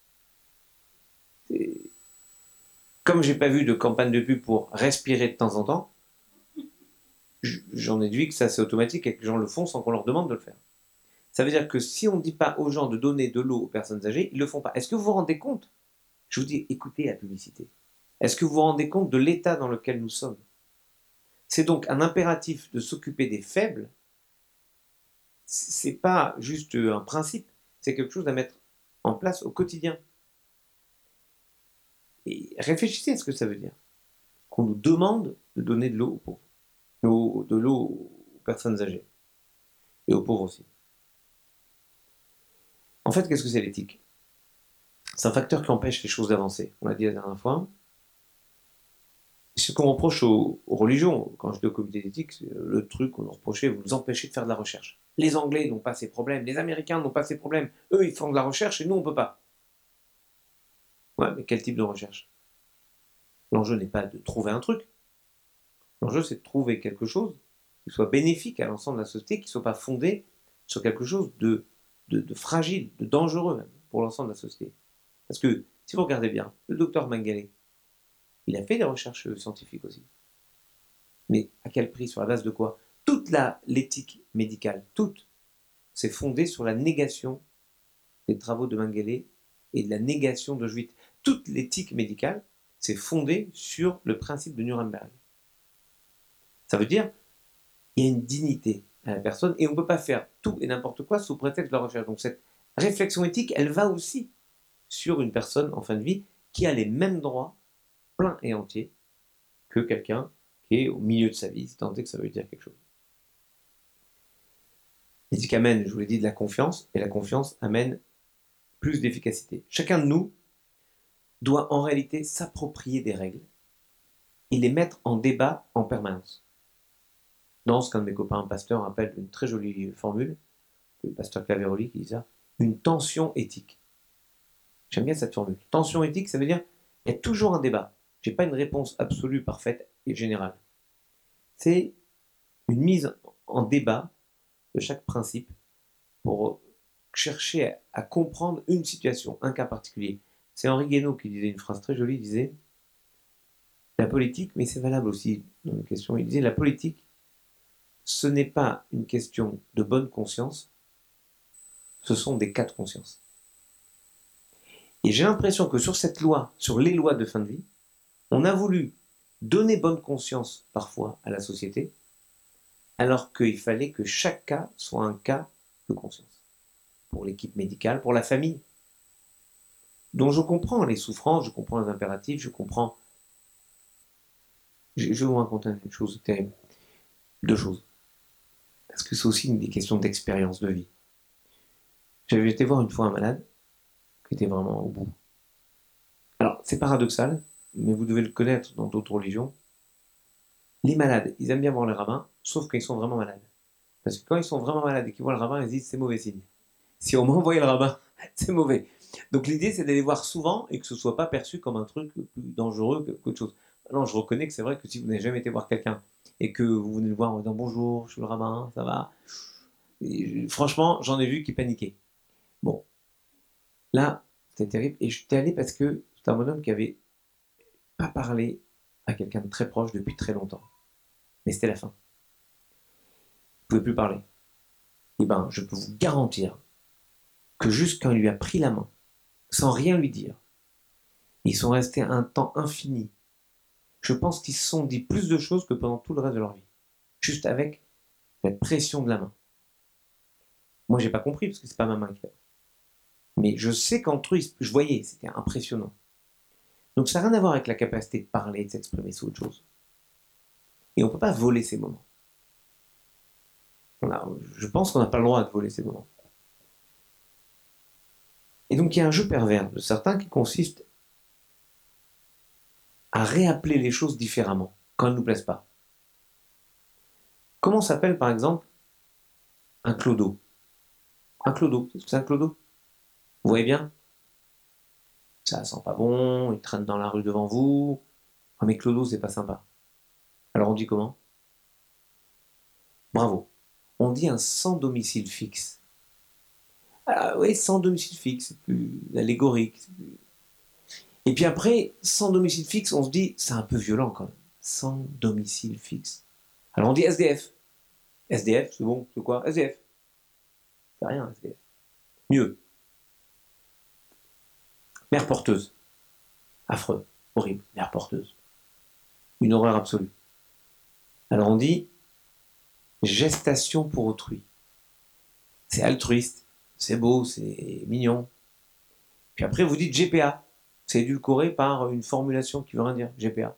[SPEAKER 1] Et comme j'ai pas vu de campagne de pub pour respirer de temps en temps, j'en ai déduit que ça c'est automatique et que les gens le font sans qu'on leur demande de le faire. Ça veut dire que si on ne dit pas aux gens de donner de l'eau aux personnes âgées, ils ne le font pas. Est-ce que vous vous rendez compte? Je vous dis, écoutez la publicité. Est-ce que vous vous rendez compte de l'état dans lequel nous sommes? C'est donc un impératif de s'occuper des faibles. C'est pas juste un principe, c'est quelque chose à mettre en place au quotidien. Et réfléchissez à ce que ça veut dire. Qu'on nous demande de donner de l'eau aux pauvres, de l'eau aux personnes âgées, et aux pauvres aussi. En fait, qu'est-ce que c'est l'éthique? C'est un facteur qui empêche les choses d'avancer. On l'a dit la dernière fois. C'est ce qu'on reproche aux, aux religions. Quand j'étais au comité d'éthique, c'est le truc qu'on nous reprochait, vous nous empêchez de faire de la recherche. Les Anglais n'ont pas ces problèmes, les Américains n'ont pas ces problèmes. Eux, ils font de la recherche et nous, on ne peut pas. Ouais, mais quel type de recherche? L'enjeu n'est pas de trouver un truc. L'enjeu, c'est de trouver quelque chose qui soit bénéfique à l'ensemble de la société, qui ne soit pas fondé sur quelque chose de, de, de fragile, de dangereux même, pour l'ensemble de la société. Parce que, si vous regardez bien, le docteur Mengele, il a fait des recherches scientifiques aussi. Mais à quel prix? Sur la base de quoi? Toute la, l'éthique médicale, toute, c'est fondé sur la négation des travaux de Mengele et de la négation d'Auschwitz. Toute l'éthique médicale, c'est fondé sur le principe de Nuremberg. Ça veut dire qu'il y a une dignité à la personne et on ne peut pas faire tout et n'importe quoi sous prétexte de la recherche. Donc cette réflexion éthique, elle va aussi sur une personne en fin de vie qui a les mêmes droits pleins et entiers que quelqu'un qui est au milieu de sa vie, si tant est que ça veut dire quelque chose. L'éthique amène, je vous l'ai dit, de la confiance, et la confiance amène plus d'efficacité. Chacun de nous doit en réalité s'approprier des règles et les mettre en débat en permanence. Dans ce qu'un de mes copains pasteurs appelle une très jolie formule, le pasteur Claveroli qui dit ça, une tension éthique. J'aime bien cette formule. Tension éthique, ça veut dire il y a toujours un débat. Je n'ai pas une réponse absolue, parfaite et générale. C'est une mise en débat de chaque principe pour chercher à, à comprendre une situation, un cas particulier. C'est Henri Guénaud qui disait une phrase très jolie, il disait la politique, mais c'est valable aussi dans une question, il disait la politique, ce n'est pas une question de bonne conscience, ce sont des cas de conscience. Et j'ai l'impression que sur cette loi, sur les lois de fin de vie, on a voulu donner bonne conscience parfois à la société, alors qu'il fallait que chaque cas soit un cas de conscience. Pour l'équipe médicale, pour la famille. Donc je comprends les souffrances, je comprends les impératifs, je comprends... Je vais vous raconter une chose terrible. Deux choses. Parce que c'est aussi une des questions d'expérience de vie. J'avais été voir une fois un malade qui était vraiment au bout. Alors, c'est paradoxal, mais vous devez le connaître dans d'autres religions. Les malades, ils aiment bien voir les rabbins, sauf quand ils sont vraiment malades. Parce que quand ils sont vraiment malades et qu'ils voient le rabbin, ils disent c'est mauvais signe. Si on m'envoie le rabbin, c'est mauvais. Donc l'idée, c'est d'aller voir souvent et que ce ne soit pas perçu comme un truc plus dangereux qu'autre chose. Non, je reconnais que c'est vrai que si vous n'avez jamais été voir quelqu'un et que vous venez le voir en disant bonjour, je suis le rabbin, ça va. Et, franchement, j'en ai vu qui paniquaient. Bon, là, c'était terrible. Et je suis allé parce que c'est un bonhomme qui avait pas parlé à quelqu'un de très proche depuis très longtemps. Mais c'était la fin. Il ne pouvait plus parler. Eh bien, je peux vous garantir que juste quand il lui a pris la main, sans rien lui dire, ils sont restés un temps infini. Je pense qu'ils se sont dit plus de choses que pendant tout le reste de leur vie. Juste avec cette pression de la main. Moi, j'ai pas compris parce que c'est pas ma main qui fait. Mais je sais qu'entre eux, je voyais, c'était impressionnant. Donc ça n'a rien à voir avec la capacité de parler, de s'exprimer, c'est autre chose. Et on ne peut pas voler ces moments. On a, je pense qu'on n'a pas le droit de voler ces moments. Et donc il y a un jeu pervers de certains qui consiste à réappeler les choses différemment quand elles ne nous plaisent pas. Comment s'appelle par exemple un clodo? Un clodo, c'est un clodo? Vous voyez bien? Ça sent pas bon, il traîne dans la rue devant vous. Ah mais clodo, c'est pas sympa. Alors on dit comment? Bravo. On dit un sans domicile fixe. Ah oui, sans domicile fixe, c'est plus allégorique. Plus... Et puis après, sans domicile fixe, on se dit, c'est un peu violent quand même. Sans domicile fixe. Alors on dit S D F. S D F, c'est bon, c'est quoi? S D F. C'est rien, S D F. Mieux. Mère porteuse. Affreux, horrible, mère porteuse. Une horreur absolue. Alors on dit gestation pour autrui. C'est altruiste, c'est beau, c'est mignon. Puis après vous dites G P A. C'est édulcoré par une formulation qui veut rien dire, G P A.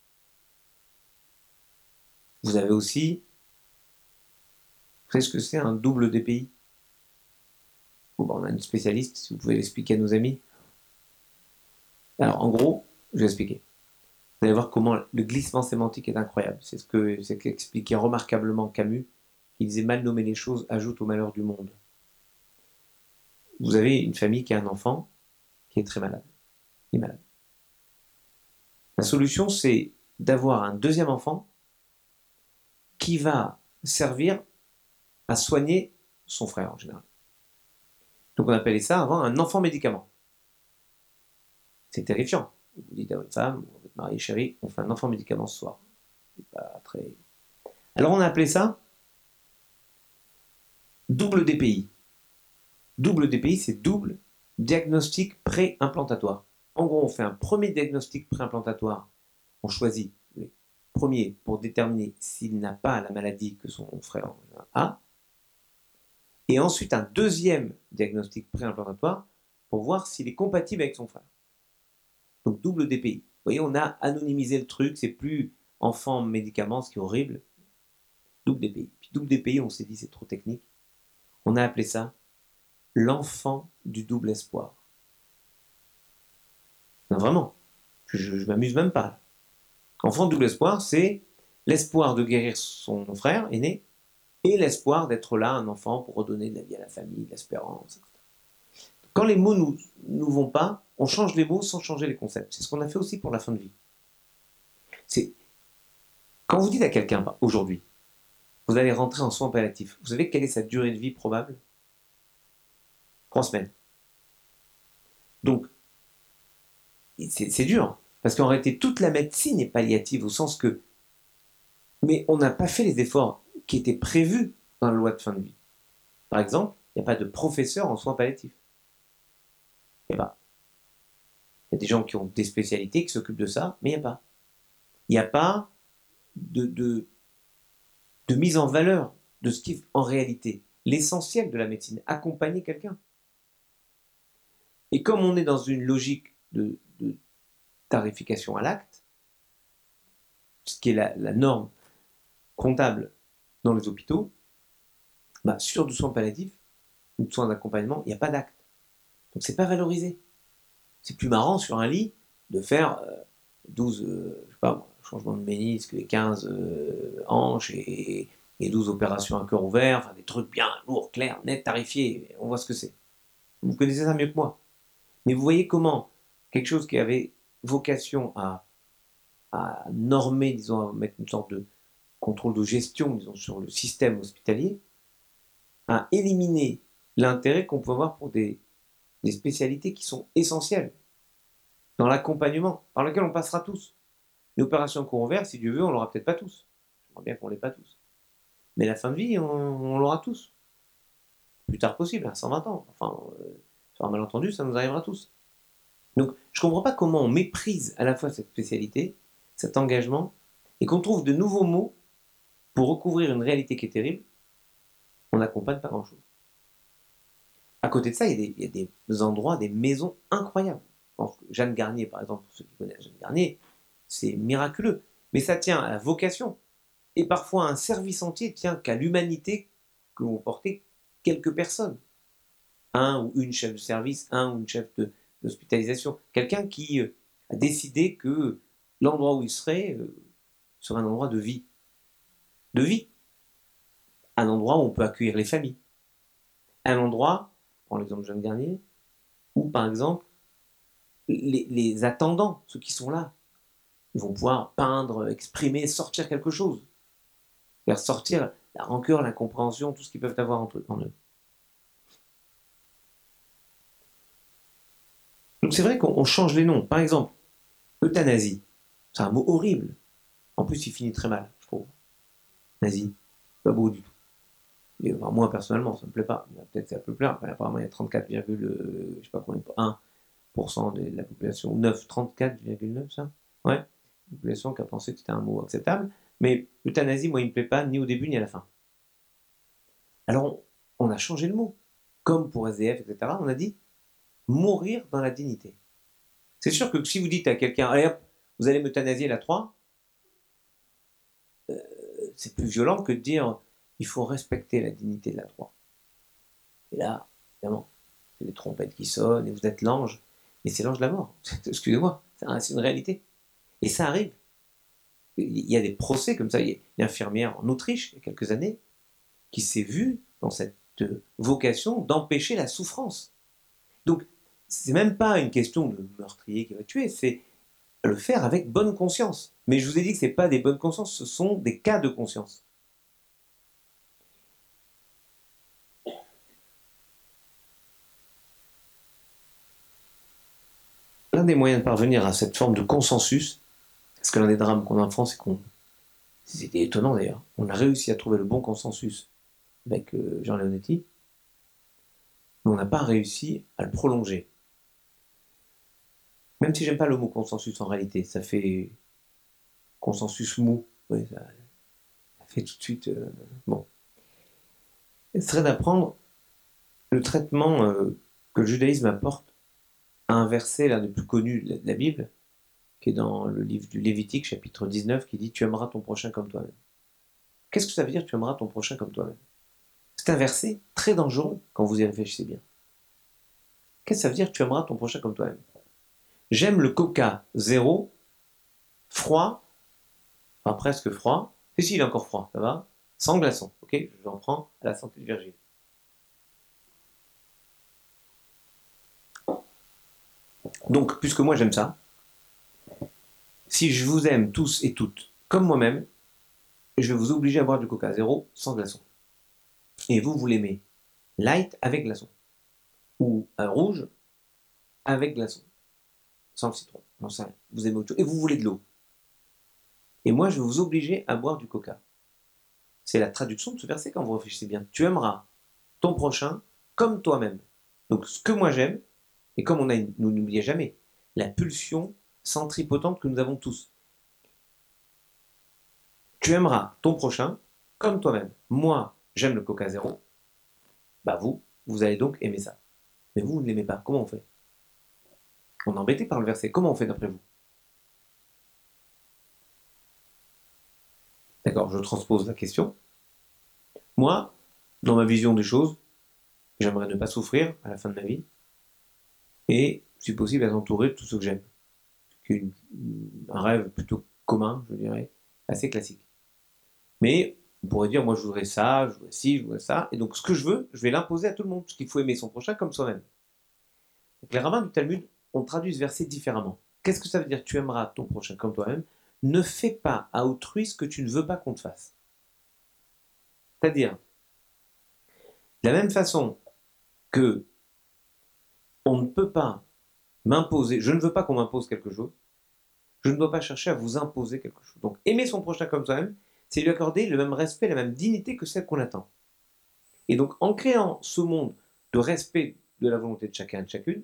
[SPEAKER 1] Vous avez aussi, vous savez ce que c'est un double D P I? Bon, ben, on a une spécialiste, si vous pouvez l'expliquer à nos amis. Alors en gros, je vais expliquer. Vous allez voir comment le glissement sémantique est incroyable. C'est ce que c'est qu'expliquait remarquablement Camus, qui disait mal nommer les choses ajoute au malheur du monde. Vous avez une famille qui a un enfant qui est très malade. Il est malade. La solution, c'est d'avoir un deuxième enfant qui va servir à soigner son frère en général. Donc on appelait ça avant un enfant médicament. C'est terrifiant. Vous dites à votre femme, à votre mari, chérie, on fait un enfant médicament ce soir. C'est pas très... Alors on a appelé ça double D P I. Double D P I, c'est double diagnostic pré-implantatoire. En gros, on fait un premier diagnostic pré-implantatoire. On choisit le premier pour déterminer s'il n'a pas la maladie que son frère a. Et ensuite un deuxième diagnostic pré-implantatoire pour voir s'il est compatible avec son frère. Donc double D P I. Vous voyez, on a anonymisé le truc, c'est plus enfant médicament, ce qui est horrible. Double D P I. Puis double D P I, on s'est dit c'est trop technique. On a appelé ça l'enfant du double espoir. Non, vraiment, je, je m'amuse même pas. Enfant du double espoir, c'est l'espoir de guérir son frère aîné et l'espoir d'être là, un enfant, pour redonner de la vie à la famille, de l'espérance, et cetera. Quand les mots nous, nous vont pas, on change les mots sans changer les concepts. C'est ce qu'on a fait aussi pour la fin de vie. C'est quand vous dites à quelqu'un aujourd'hui, vous allez rentrer en soins palliatifs, vous savez quelle est sa durée de vie probable? Trois semaines. Donc, c'est, c'est dur, parce qu'en réalité, toute la médecine est palliative au sens que, mais on n'a pas fait les efforts qui étaient prévus dans la loi de fin de vie. Par exemple, il n'y a pas de professeur en soins palliatifs. Il n'y a pas. Il y a des gens qui ont des spécialités qui s'occupent de ça, mais il n'y a pas. Il n'y a pas de, de, de mise en valeur de ce qui est en réalité l'essentiel de la médecine, accompagner quelqu'un. Et comme on est dans une logique de, de tarification à l'acte, ce qui est la, la norme comptable dans les hôpitaux, bah, sur du soin palliatif ou de soins d'accompagnement, il n'y a pas d'acte. Donc c'est pas valorisé. C'est plus marrant sur un lit de faire euh, douze, euh, je sais pas, changement de ménisque, quinze euh, hanches et, et douze opérations à cœur ouvert, enfin des trucs bien lourds, clairs, nets, tarifiés, on voit ce que c'est. Vous connaissez ça mieux que moi. Mais vous voyez comment quelque chose qui avait vocation à, à normer, disons, à mettre une sorte de contrôle de gestion, disons, sur le système hospitalier, a éliminé l'intérêt qu'on peut avoir pour des, des spécialités qui sont essentielles dans l'accompagnement, par lequel on passera tous. L'opération à cours ouvert, si Dieu veut, on l'aura peut-être pas tous. J'aimerais bien qu'on l'ait pas tous. Mais la fin de vie, on, on l'aura tous. Plus tard possible, à cent vingt ans. Enfin, euh, sur un malentendu, ça nous arrivera tous. Donc, je comprends pas comment on méprise à la fois cette spécialité, cet engagement, et qu'on trouve de nouveaux mots pour recouvrir une réalité qui est terrible. On n'accompagne pas grand-chose.
[SPEAKER 2] À côté de ça, il y a des, il y a des endroits, des maisons incroyables. Je pense que Jeanne Garnier, par exemple, pour ceux qui connaissent Jeanne Garnier, c'est miraculeux. Mais ça tient à la vocation et parfois à un service entier tient qu'à l'humanité que vont porter quelques personnes. Un ou une chef de service, un ou une chef de, d'hospitalisation. Quelqu'un qui euh, a décidé que l'endroit où il serait euh, serait un endroit de vie. De vie. Un endroit où on peut accueillir les familles. Un endroit, prends l'exemple de Jeanne Garnier, où par exemple, les, les attendants, ceux qui sont là, ils vont pouvoir peindre, exprimer, sortir quelque chose. Faire sortir la rancœur, l'incompréhension, tout ce qu'ils peuvent avoir entre eux, en eux. Donc c'est vrai qu'on change les noms. Par exemple, euthanasie, c'est un mot horrible. En plus, il finit très mal, je trouve. Nazi, pas beau du tout. Et, enfin, moi, personnellement, ça me plaît pas. Peut-être ça peut plaire. Enfin, apparemment, il y a trente-quatre, je sais pas combien, un pour cent de la population, neuf, trente-quatre virgule neuf, ça ouais, la population qui a pensé que c'était un mot acceptable. Mais l'euthanasie, moi, il me plaît pas ni au début ni à la fin. Alors, on, on a changé le mot. Comme pour S D F, et cetera, on a dit mourir dans la dignité. C'est sûr que si vous dites à quelqu'un, allez hop, vous allez m'euthanasier la trois, euh, c'est plus violent que de dire il faut respecter la dignité de la trois. Et là, évidemment, c'est les trompettes qui sonnent et vous êtes l'ange, mais c'est l'ange de la mort. Excusez-moi, c'est une réalité. Et ça arrive. Il y a des procès comme ça. Il y a une infirmière en Autriche, il y a quelques années, qui s'est vue dans cette vocation d'empêcher la souffrance. Donc, c'est même pas une question de meurtrier qui va tuer, c'est le faire avec bonne conscience. Mais je vous ai dit que ce n'est pas des bonnes consciences, ce sont des cas de conscience. L'un des moyens de parvenir à cette forme de consensus, parce que l'un des drames qu'on a en France, c'est qu'on, c'était étonnant d'ailleurs, on a réussi à trouver le bon consensus avec euh, Jean Leonetti, mais on n'a pas réussi à le prolonger. Même si j'aime pas le mot consensus en réalité, ça fait consensus mou, oui, ça, ça fait tout de suite euh, bon. Ce serait d'apprendre le traitement euh, que le judaïsme apporte à un verset l'un des plus connus de la Bible, qui est dans le livre du Lévitique, chapitre dix-neuf, qui dit « Tu aimeras ton prochain comme toi-même ». Qu'est-ce que ça veut dire « Tu aimeras ton prochain comme toi-même » C'est un verset très dangereux quand vous y réfléchissez bien. Qu'est-ce que ça veut dire « Tu aimeras ton prochain comme toi-même » J'aime le coca zéro, froid, enfin presque froid, et si il est encore froid, ça va, sans glaçon, ok, je en prends à la santé de Virgile. Donc, puisque moi j'aime ça, si je vous aime tous et toutes comme moi-même, je vais vous obliger à boire du coca zéro sans glaçon. Et vous, vous l'aimez light avec glaçon. Ou un rouge avec glaçon. Sans le citron. Non, ça, vous aimez autre chose. Et vous voulez de l'eau. Et moi, je vais vous obliger à boire du coca. C'est la traduction de ce verset quand vous réfléchissez bien. Tu aimeras ton prochain comme toi-même. Donc, ce que moi j'aime, et comme on a, une, nous n'oubliez jamais, la pulsion centripotente que nous avons tous. Tu aimeras ton prochain comme toi-même. Moi, j'aime le coca zéro. Bah vous, vous allez donc aimer ça. Mais vous, vous ne l'aimez pas. Comment on fait? On est embêté par le verset. Comment on fait d'après vous? D'accord, je transpose la question. Moi, dans ma vision des choses, j'aimerais ne pas souffrir à la fin de ma vie et, si possible, être entouré de tout ce que j'aime. C'est un rêve plutôt commun, je dirais, assez classique. Mais on pourrait dire, moi je voudrais ça, je voudrais ci, je voudrais ça, et donc ce que je veux, je vais l'imposer à tout le monde, parce qu'il faut aimer son prochain comme soi-même. Donc les rabbins du Talmud ont traduit ce verset différemment. Qu'est-ce que ça veut dire? Tu aimeras ton prochain comme toi-même. Ne fais pas à autrui ce que tu ne veux pas qu'on te fasse. C'est-à-dire, de la même façon que on ne peut pas m'imposer, je ne veux pas qu'on m'impose quelque chose, je ne dois pas chercher à vous imposer quelque chose. Donc aimer son prochain comme soi-même, c'est lui accorder le même respect, la même dignité que celle qu'on attend. Et donc en créant ce monde de respect de la volonté de chacun et de chacune,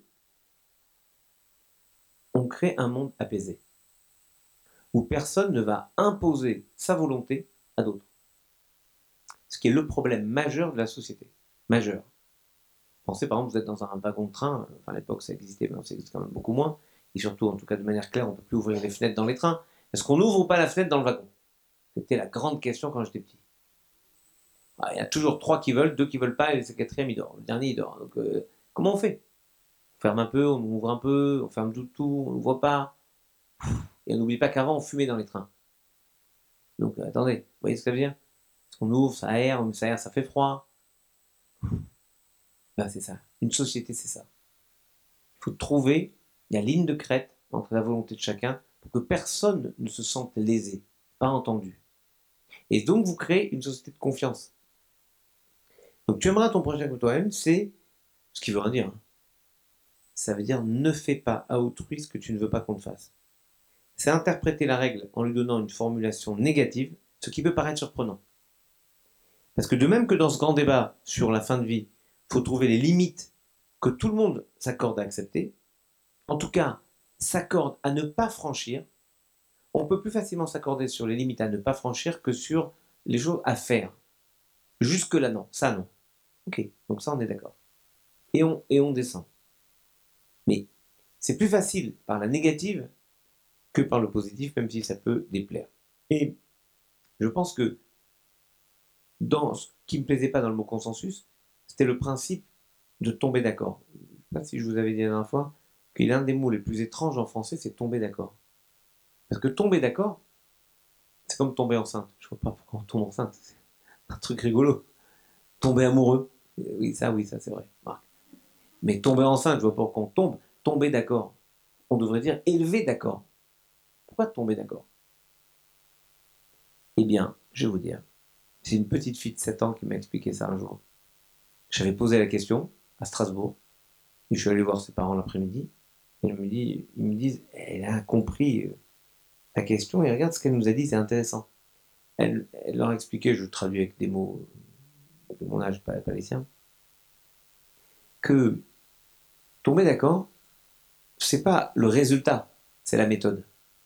[SPEAKER 2] on crée un monde apaisé, où personne ne va imposer sa volonté à d'autres. Ce qui est le problème majeur de la société. Majeur. Pensez par exemple, vous êtes dans un wagon de train, enfin à l'époque ça existait, mais ça existe quand même beaucoup moins, et surtout, en tout cas de manière claire, on ne peut plus ouvrir les fenêtres dans les trains. Est-ce qu'on ouvre ou pas la fenêtre dans le wagon? C'était la grande question quand j'étais petit. Ah, il y a toujours trois qui veulent, deux qui veulent pas, et le quatrième il dort. Le dernier il dort. Donc euh, comment on fait? On ferme un peu, on ouvre un peu, on ferme tout, tout on ne voit pas. Et on n'oublie pas qu'avant on fumait dans les trains. Donc euh, attendez, vous voyez ce que ça veut dire? Parce qu'on ouvre, ça aère, ça aère, ça fait froid. Ben, c'est ça. Une société, c'est ça. Il faut trouver la ligne de crête entre la volonté de chacun pour que personne ne se sente lésé, pas entendu. Et donc vous créez une société de confiance. Donc tu aimeras ton prochain que toi-même, c'est ce qui veut rien dire. Hein. Ça veut dire ne fais pas à autrui ce que tu ne veux pas qu'on te fasse. C'est interpréter la règle en lui donnant une formulation négative, ce qui peut paraître surprenant. Parce que de même que dans ce grand débat sur la fin de vie, il faut trouver les limites que tout le monde s'accorde à accepter, en tout cas s'accorde à ne pas franchir, on peut plus facilement s'accorder sur les limites à ne pas franchir que sur les choses à faire. Jusque-là, non. Ça, non. Ok, donc ça, on est d'accord. Et on, et on descend. Mais c'est plus facile par la négative que par le positif, même si ça peut déplaire. Et je pense que dans ce qui ne me plaisait pas dans le mot consensus, c'était le principe de tomber d'accord. Je ne sais pas si je vous avais dit la dernière fois que l'un des mots les plus étranges en français, c'est tomber d'accord. Parce que tomber d'accord, c'est comme tomber enceinte. Je ne vois pas pourquoi on tombe enceinte. C'est un truc rigolo. Tomber amoureux. Oui, ça, oui, ça, c'est vrai. Marc. Mais tomber enceinte, je vois pas pourquoi on tombe. Tomber d'accord. On devrait dire élever d'accord. Pourquoi tomber d'accord? Eh bien, je vais vous dire. C'est une petite fille de sept ans qui m'a expliqué ça un jour. J'avais posé la question à Strasbourg. Et je suis allé voir ses parents l'après-midi. Et ils me disent, ils me disent elle a compris la question et regarde ce qu'elle nous a dit, c'est intéressant. Elle, elle leur a expliqué, je traduis avec des mots de mon âge, pas, pas les siens, que tomber d'accord, c'est pas le résultat, c'est la méthode.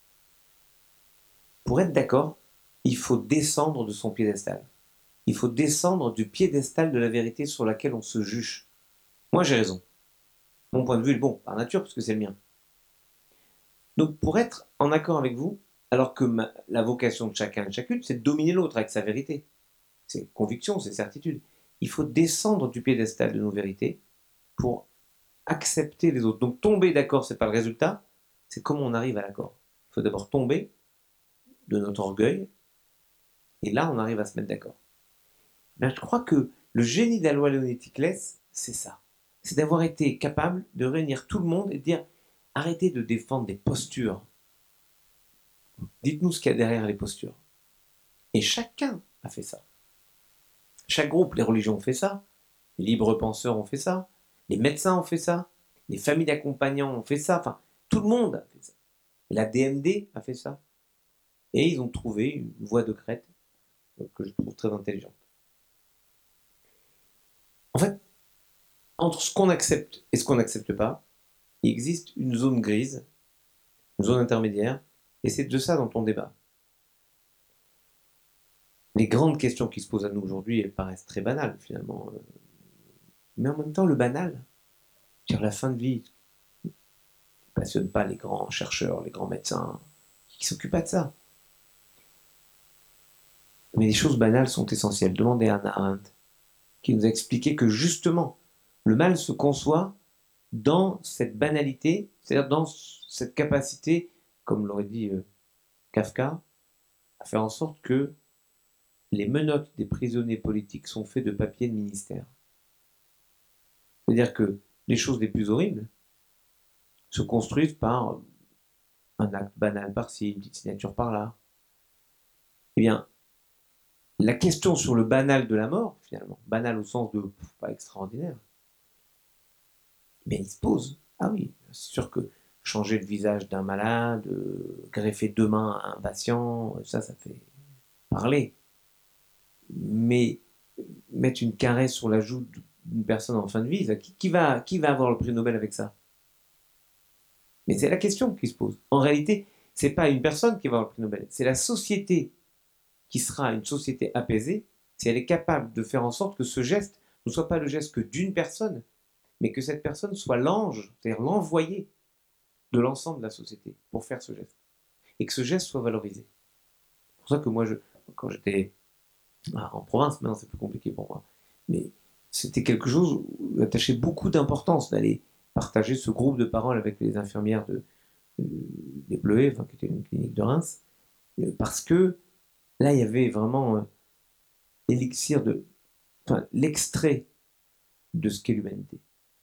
[SPEAKER 2] Pour être d'accord, il faut descendre de son piédestal. Il faut descendre du piédestal de la vérité sur laquelle on se juge. Moi, j'ai raison. Mon point de vue est bon, par nature, parce que c'est le mien. Donc, pour être en accord avec vous, alors que ma, la vocation de chacun et de chacune, c'est de dominer l'autre avec sa vérité. C'est conviction, c'est certitude. Il faut descendre du piédestal de nos vérités pour accepter les autres. Donc, tomber d'accord, c'est pas le résultat, c'est comment on arrive à l'accord. Il faut d'abord tomber de notre orgueil, et là, on arrive à se mettre d'accord. Ben, je crois que le génie de la loi Léonétique-Less, c'est ça. C'est d'avoir été capable de réunir tout le monde et de dire arrêtez de défendre des postures. Dites-nous ce qu'il y a derrière les postures. Et chacun a fait ça. Chaque groupe, les religions ont fait ça, les libres penseurs ont fait ça, les médecins ont fait ça, les familles d'accompagnants ont fait ça, enfin, tout le monde a fait ça. La D M D a fait ça. Et ils ont trouvé une voie de crête que je trouve très intelligente. En fait, entre ce qu'on accepte et ce qu'on n'accepte pas, il existe une zone grise, une zone intermédiaire, et c'est de ça dont on débat. Les grandes questions qui se posent à nous aujourd'hui, elles paraissent très banales finalement. Mais en même temps, le banal, sur la fin de vie, ne passionne pas les grands chercheurs, les grands médecins, qui s'occupent pas de ça. Mais les choses banales sont essentielles. Demandez à Hannah Arendt, qui nous a expliqué que justement, le mal se conçoit dans cette banalité, c'est-à-dire dans cette capacité, comme l'aurait dit euh, Kafka, à faire en sorte que les menottes des prisonniers politiques sont faites de papier de ministère. C'est-à-dire que les choses les plus horribles se construisent par un acte banal par-ci, une petite signature par-là. Eh bien, la question sur le banal de la mort, finalement, banal au sens de pff, pas extraordinaire, eh bien, il se pose. Ah oui, c'est sûr que changer le visage d'un malade, euh, greffer deux mains à un patient, ça, ça fait parler. Mais mettre une caresse sur la joue d'une personne en fin de vie, qui, qui, va, qui va avoir le prix Nobel avec ça? Mais c'est la question qui se pose. En réalité, c'est pas une personne qui va avoir le prix Nobel, c'est la société qui sera une société apaisée si elle est capable de faire en sorte que ce geste ne soit pas le geste que d'une personne, mais que cette personne soit l'ange, c'est-à-dire l'envoyé de l'ensemble de la société pour faire ce geste. Et que ce geste soit valorisé. C'est pour ça que moi, je, quand j'étais en province, maintenant c'est plus compliqué pour moi, mais c'était quelque chose où j'attachais beaucoup d'importance d'aller partager ce groupe de paroles avec les infirmières de, de, des Bleuets, enfin, qui était une clinique de Reims, parce que là, il y avait vraiment euh, l'élixir de, enfin, l'extrait de ce qu'est l'humanité.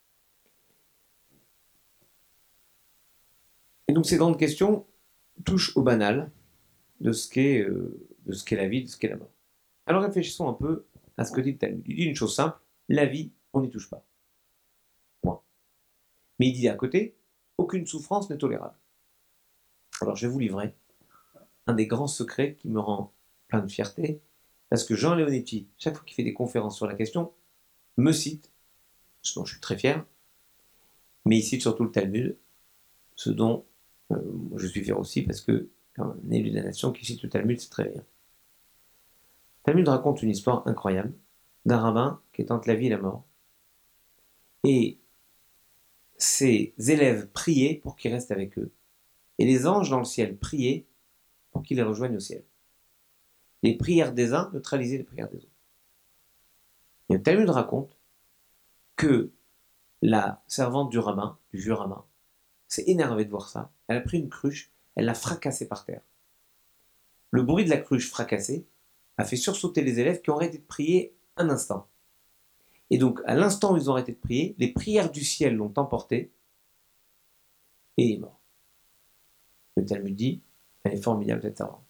[SPEAKER 2] Et donc ces grandes questions touchent au banal de ce qu'est euh, de ce qu'est la vie, de ce qu'est la mort. Alors réfléchissons un peu à ce que dit le Talmud. Il dit une chose simple, la vie, on n'y touche pas. Point. Mais il dit à côté, aucune souffrance n'est tolérable. Alors je vais vous livrer un des grands secrets qui me rend plein de fierté, parce que Jean Leonetti, chaque fois qu'il fait des conférences sur la question, me cite, ce dont je suis très fier, mais il cite surtout le Talmud, ce dont euh, je suis fier aussi, parce que un élu de la nation qui cite le Talmud, c'est très bien. Le Talmud raconte une histoire incroyable d'un rabbin qui est entre la vie et la mort, et ses élèves priaient pour qu'il reste avec eux, et les anges dans le ciel priaient pour qu'il les rejoigne au ciel. Les prières des uns neutralisaient les prières des autres. Et le Talmud raconte que la servante du rabbin, du vieux rabbin, s'est énervée de voir ça. Elle a pris une cruche, elle l'a fracassée par terre. Le bruit de la cruche fracassée a fait sursauter les élèves qui ont arrêté de prier un instant. Et donc, à l'instant où ils ont arrêté de prier, les prières du ciel l'ont emporté et il est mort. Le Talmud dit, elle est formidable cette servante.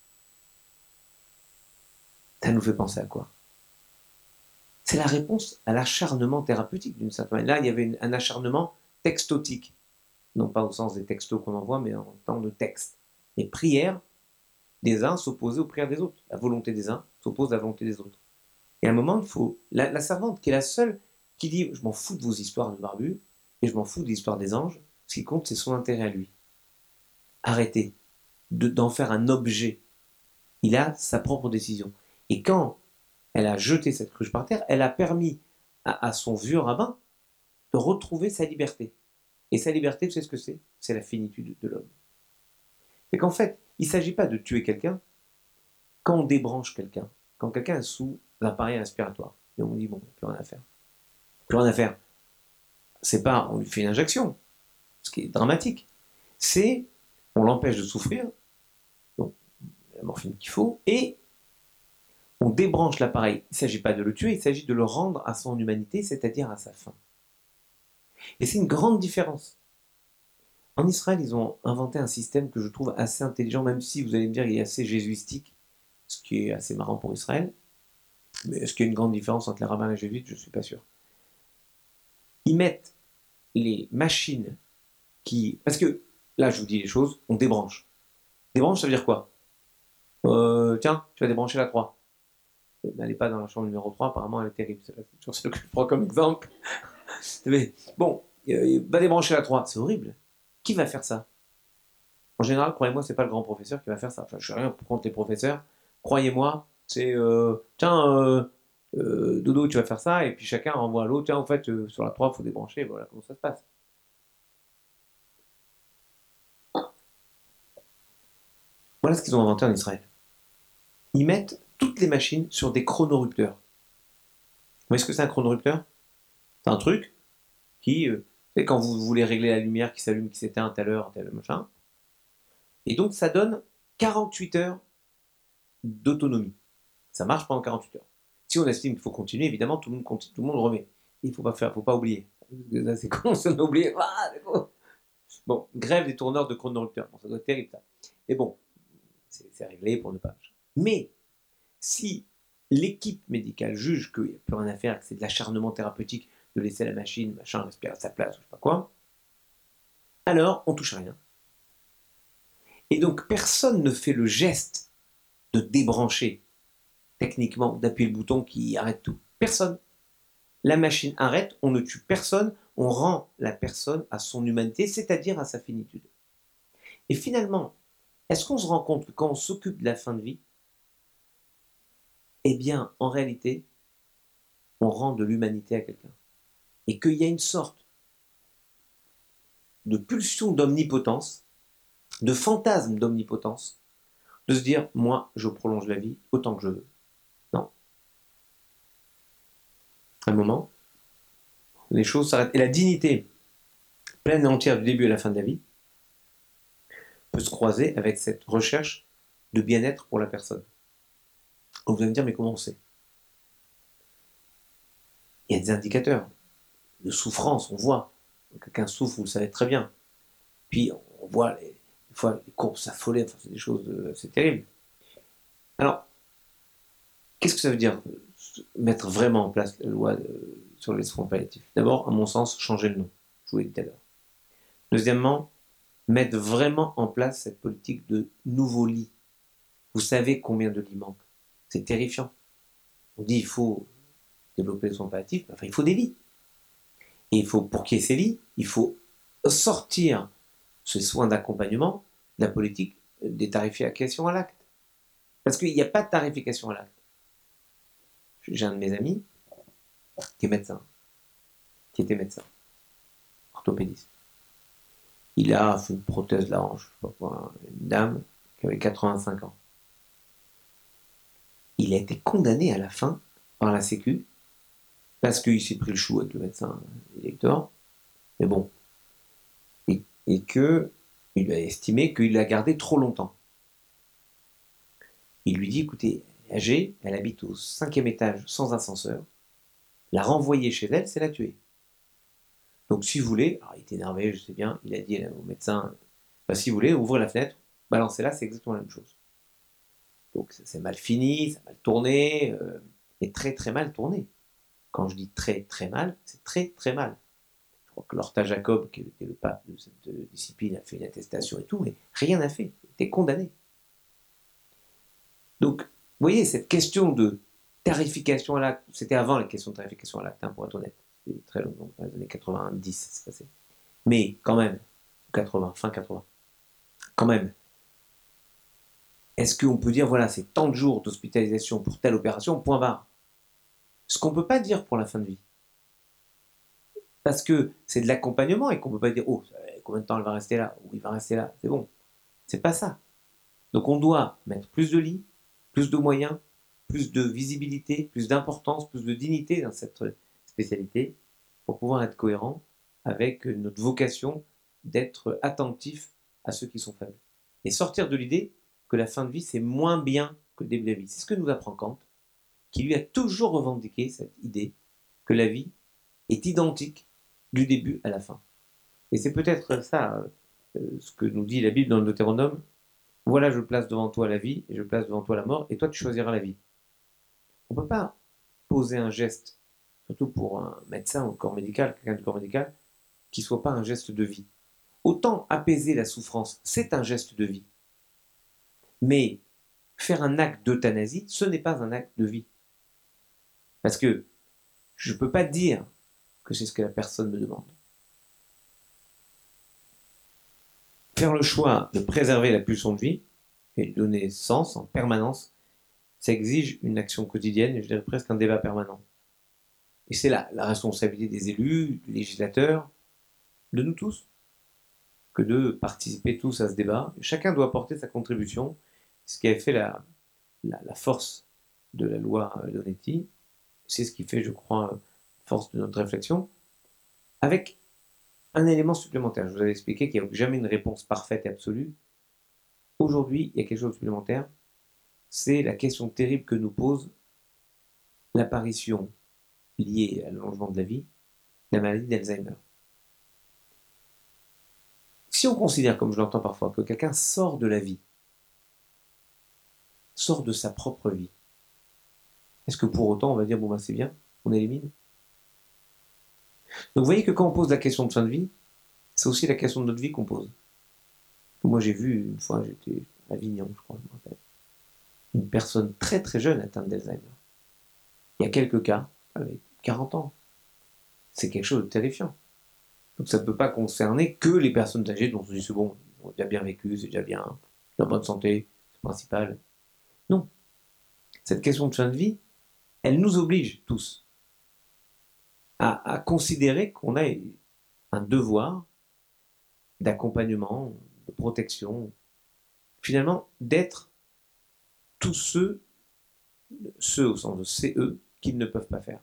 [SPEAKER 2] Ça nous fait penser à quoi? C'est la réponse à l'acharnement thérapeutique d'une certaine manière. Là, il y avait une, un acharnement textotique. Non pas au sens des textos qu'on envoie, mais en temps de texte. Les prières des uns s'opposaient aux prières des autres. La volonté des uns s'oppose à la volonté des autres. Et à un moment, il faut... La, la servante, qui est la seule qui dit « Je m'en fous de vos histoires de barbus, et je m'en fous de l'histoire des anges. Ce qui compte, c'est son intérêt à lui. » Arrêtez de, d'en faire un objet. Il a sa propre décision. Et quand elle a jeté cette cruche par terre, elle a permis à, à son vieux rabbin de retrouver sa liberté. Et sa liberté, vous savez ce que c'est? C'est la finitude de l'homme. C'est qu'en fait, il ne s'agit pas de tuer quelqu'un quand on débranche quelqu'un, quand quelqu'un est sous l'appareil respiratoire. Et on dit, bon, plus rien à faire. Plus rien à faire. C'est pas, on lui fait une injection, ce qui est dramatique. C'est, on l'empêche de souffrir, donc la morphine qu'il faut, et on débranche l'appareil. Il ne s'agit pas de le tuer, il s'agit de le rendre à son humanité, c'est-à-dire à sa fin. Et c'est une grande différence. En Israël, ils ont inventé un système que je trouve assez intelligent, même si vous allez me dire qu'il est assez jésuitique, ce qui est assez marrant pour Israël. Mais est-ce qu'il y a une grande différence entre les rabbins et les jésuites? Je ne suis pas sûr. Ils mettent les machines qui... Parce que, là, je vous dis les choses, on débranche. Débranche, ça veut dire quoi? euh, Tiens, tu vas débrancher la trois. N'allez pas dans la chambre numéro trois, apparemment elle est terrible. C'est toujours celle que je prends comme exemple. Mais, bon, euh, va débrancher la trois, c'est horrible. Qui va faire ça? En général, croyez-moi, c'est pas le grand professeur qui va faire ça. Enfin, je ne sais rien contre les professeurs. Croyez-moi, c'est euh, tiens, euh, euh, Dodo, tu vas faire ça, et puis chacun renvoie à l'autre. Tiens, en fait, euh, sur la trois, il faut débrancher. Voilà comment ça se passe. Voilà ce qu'ils ont inventé en Israël. Ils mettent toutes les machines sur des chronorupteurs. Vous voyez ce que c'est un chronorupteur? C'est un truc qui, euh, et quand vous voulez régler la lumière qui s'allume, qui s'éteint à telle heure, tel machin, et donc ça donne quarante-huit heures d'autonomie. Ça marche pendant quarante-huit heures. Si on estime qu'il faut continuer, évidemment, tout le monde, continue, tout le monde remet. Il ne faut pas faire, faut pas oublier. Là, c'est con, on a oublié. Ah, bon, grève des tourneurs de chronorupteurs. Bon, ça doit être terrible, ça. Mais bon, c'est, c'est réglé pour ne pas... Mais, si l'équipe médicale juge qu'il n'y a plus rien à faire, que c'est de l'acharnement thérapeutique de laisser la machine, machin, respirer à sa place, ou je sais pas quoi, alors on touche à rien. Et donc, personne ne fait le geste de débrancher techniquement, d'appuyer le bouton qui arrête tout. Personne. La machine arrête, on ne tue personne, on rend la personne à son humanité, c'est-à-dire à sa finitude. Et finalement, est-ce qu'on se rend compte que quand on s'occupe de la fin de vie, eh bien, en réalité, on rend de l'humanité à quelqu'un. et qu'il y a une sorte de pulsion d'omnipotence, de fantasme d'omnipotence, de se dire, moi, je prolonge la vie autant que je veux. Non. À un moment, les choses s'arrêtent. Et la dignité pleine et entière du début à la fin de la vie peut se croiser avec cette recherche de bien-être pour la personne. Donc vous allez me dire, mais comment on sait? Il y a des indicateurs de souffrance, on voit. Quelqu'un souffre, vous le savez très bien. Puis on voit les, des fois les courbes s'affoler, enfin, c'est des choses de, c'est terrible. Alors, qu'est-ce que ça veut dire mettre vraiment en place la loi de, sur les soins palliatifs? D'abord, à mon sens, changer le nom. Je vous l'ai dit tout à l'heure. Deuxièmement, mettre vraiment en place cette politique de nouveaux lits. Vous savez combien de lits manquent. C'est terrifiant. On dit il faut développer les soins palliatifs, enfin il faut des lits. Et il faut, pour qu'il y ait ces lits, il faut sortir ce soin d'accompagnement de la politique des tarifications à l'acte. Parce qu'il n'y a pas de tarification à l'acte. J'ai un de mes amis qui est médecin, qui était médecin, orthopédiste. Il a fait une prothèse de la hanche, je sais pas quoi, une dame qui avait quatre-vingt-cinq ans. Il a été condamné à la fin par la Sécu parce qu'il s'est pris le chou avec le médecin électeur. Mais bon, et, et que il a estimé qu'il l'a gardé trop longtemps. Il lui dit, écoutez, elle est âgée, elle habite au cinquième étage sans ascenseur, la renvoyer chez elle, c'est la tuer. Donc si vous voulez, alors il était énervé, je sais bien, il a dit au médecin, bah, si vous voulez, ouvrez la fenêtre, balancez-la, c'est exactement la même chose. Donc ça s'est mal fini, ça a mal tourné, euh, et très très mal tourné. Quand je dis très très mal, c'est très très mal. Je crois que Lorta Jacob, qui était le pape de cette discipline, a fait une attestation et tout, mais rien n'a fait, il était condamné. Donc, vous voyez, cette question de tarification à l'acte, c'était avant la question de tarification à l'acte, hein, pour être honnête. C'était très long, dans les années quatre-vingt-dix, ça s'est passé. Mais quand même, quatre-vingts, fin quatre-vingts, quand même, est-ce qu'on peut dire, voilà, c'est tant de jours d'hospitalisation pour telle opération, point barre. Ce qu'on ne peut pas dire pour la fin de vie. Parce que c'est de l'accompagnement et qu'on ne peut pas dire, oh, combien de temps elle va rester là, ou il va rester là, c'est bon. C'est pas ça. Donc on doit mettre plus de lits, plus de moyens, plus de visibilité, plus d'importance, plus de dignité dans cette spécialité pour pouvoir être cohérent avec notre vocation d'être attentif à ceux qui sont faibles. Et sortir de l'idée que la fin de vie, c'est moins bien que le début de la vie. C'est ce que nous apprend Kant, qui lui a toujours revendiqué cette idée que la vie est identique du début à la fin. Et c'est peut-être ça, euh, ce que nous dit la Bible dans le Deutéronome. Voilà, je place devant toi la vie et je place devant toi la mort, et toi tu choisiras la vie. On ne peut pas poser un geste, surtout pour un médecin ou un corps médical, quelqu'un du corps médical, qui ne soit pas un geste de vie. Autant apaiser la souffrance, c'est un geste de vie. Mais faire un acte d'euthanasie, ce n'est pas un acte de vie. Parce que je ne peux pas dire que c'est ce que la personne me demande. Faire le choix de préserver la pulsion de vie et de donner sens en permanence, ça exige une action quotidienne et je dirais presque un débat permanent. Et c'est là la responsabilité des élus, du législateur, de nous tous, que de participer tous à ce débat. Chacun doit apporter sa contribution, ce qui a fait la, la, la force de la loi Leonetti, c'est ce qui fait, je crois, force de notre réflexion, avec un élément supplémentaire. Je vous avais expliqué qu'il n'y a jamais une réponse parfaite et absolue. Aujourd'hui, il y a quelque chose de supplémentaire, c'est la question terrible que nous pose l'apparition liée à l'allongement de la vie, la maladie d'Alzheimer. Si on considère, comme je l'entends parfois, que quelqu'un sort de la vie, sort de sa propre vie, est-ce que pour autant on va dire, bon ben c'est bien, on élimine? Donc vous voyez que quand on pose la question de fin de vie, c'est aussi la question de notre vie qu'on pose. Moi j'ai vu, une fois j'étais à Avignon, je crois, je me rappelle, une personne très très jeune atteinte d'Alzheimer. Il y a quelques cas, avec quarante ans. C'est quelque chose de terrifiant. Donc ça ne peut pas concerner que les personnes âgées dont on se dit c'est bon, ils ont déjà bien vécu, c'est déjà bien, ils ont bonne santé, c'est le principal. Non. Cette question de fin de vie, elle nous oblige tous à, à considérer qu'on a un devoir d'accompagnement, de protection, finalement d'être tous ceux, ceux au sens de C E, qu'ils ne peuvent pas faire.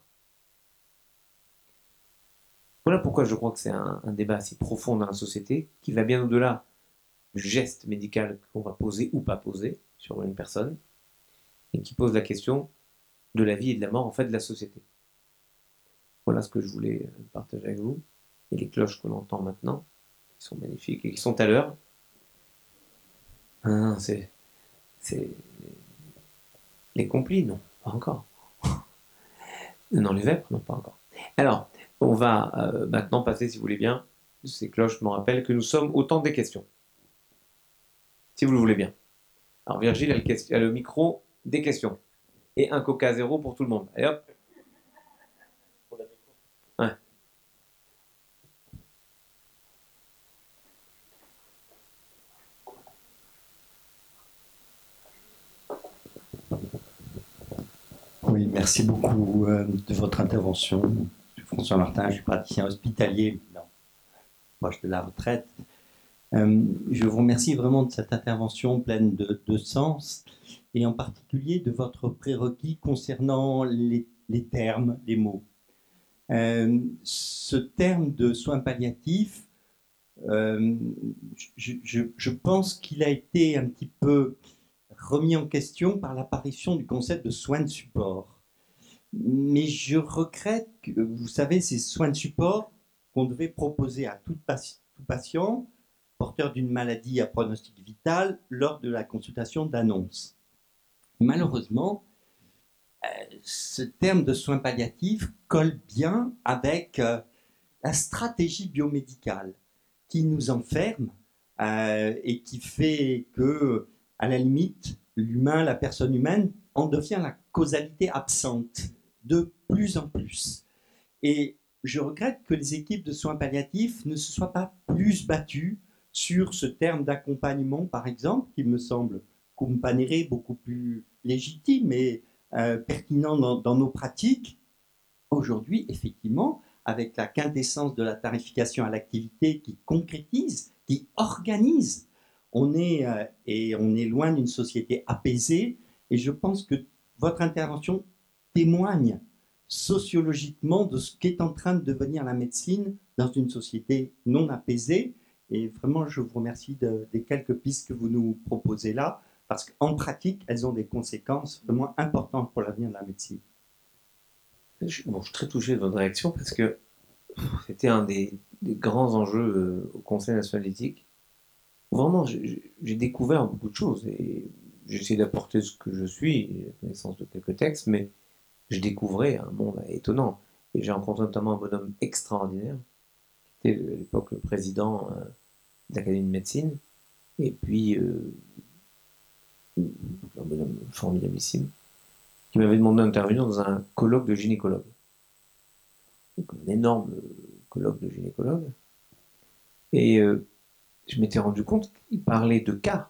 [SPEAKER 2] Voilà pourquoi je crois que c'est un, un débat assez profond dans la société, qui va bien au-delà du geste médical qu'on va poser ou pas poser sur une personne, et qui pose la question de la vie et de la mort, en fait, de la société. Voilà ce que je voulais partager avec vous. Et les cloches qu'on entend maintenant, qui sont magnifiques et qui sont à l'heure. Ah, c'est, c'est les complis, non, pas encore. Non, les vêpres, non, pas encore. Alors, on va euh, maintenant passer, si vous voulez bien, ces cloches me rappellent que nous sommes au temps des questions. Si vous le voulez bien. Alors, Virgile a le, question, a le micro des questions. Et un coca zéro pour tout le monde. Allez hop. Ouais.
[SPEAKER 3] Oui, merci beaucoup euh, de votre intervention. Je suis François Martin, je suis praticien hospitalier, non, proche de la retraite. Euh, je vous remercie vraiment de cette intervention pleine de, de sens, et en particulier de votre prérequis concernant les, les termes, les mots. Euh, ce terme de soins palliatifs, euh, je, je, je pense qu'il a été un petit peu remis en question par l'apparition du concept de soins de support. Mais je regrette que, vous savez, ces soins de support qu'on devait proposer à tout, tout patient porteur d'une maladie à pronostic vital lors de la consultation d'annonce. Malheureusement, euh, ce terme de soins palliatifs colle bien avec euh, la stratégie biomédicale qui nous enferme euh, et qui fait que, à la limite, l'humain, la personne humaine, en devient la causalité absente de plus en plus. Et je regrette que les équipes de soins palliatifs ne se soient pas plus battues sur ce terme d'accompagnement, par exemple, qui me semble companéré, beaucoup plus légitime et euh, pertinent dans, dans nos pratiques. Aujourd'hui, effectivement, avec la quintessence de la tarification à l'activité qui concrétise, qui organise, on est, euh, et on est loin d'une société apaisée. Et je pense que votre intervention témoigne sociologiquement de ce qu'est en train de devenir la médecine dans une société non apaisée. Et vraiment, je vous remercie de, des quelques pistes que vous nous proposez là, parce qu'en pratique, elles ont des conséquences vraiment importantes pour l'avenir de la médecine.
[SPEAKER 2] Je, bon, je suis très touché de votre réaction parce que c'était un des, des grands enjeux euh, au Conseil national d'éthique. Vraiment, j'ai découvert beaucoup de choses et j'ai essayé d'apporter ce que je suis, la connaissance de quelques textes, mais je découvrais un monde étonnant. Et j'ai rencontré notamment un bonhomme extraordinaire, qui était à l'époque le président euh, de l'Académie de médecine, et puis euh, un bonhomme formidableissime, qui m'avait demandé d'intervenir dans un colloque de gynécologue. Donc, un énorme colloque de gynécologue. Et euh, je m'étais rendu compte qu'il parlait de cas.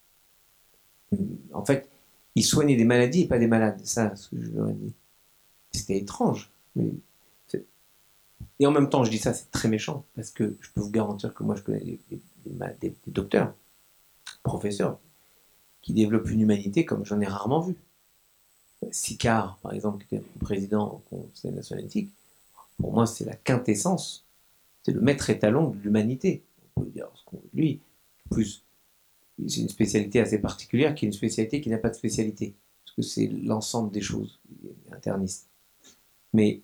[SPEAKER 2] En fait, il soignait des maladies et pas des malades. C'est ça ce que je leur ai dit. C'était étrange. Mais et en même temps, je dis ça, c'est très méchant, parce que je peux vous garantir que moi, je connais des, des, des, des docteurs, professeurs, qui développent une humanité comme j'en ai rarement vu. Sicard, par exemple, qui était président au Conseil national d'éthique, pour moi, c'est la quintessence, c'est le maître étalon de l'humanité. On peut dire ce qu'on veut de lui. En plus, c'est une spécialité assez particulière, qui est une spécialité qui n'a pas de spécialité, parce que c'est l'ensemble des choses, interniste. Mais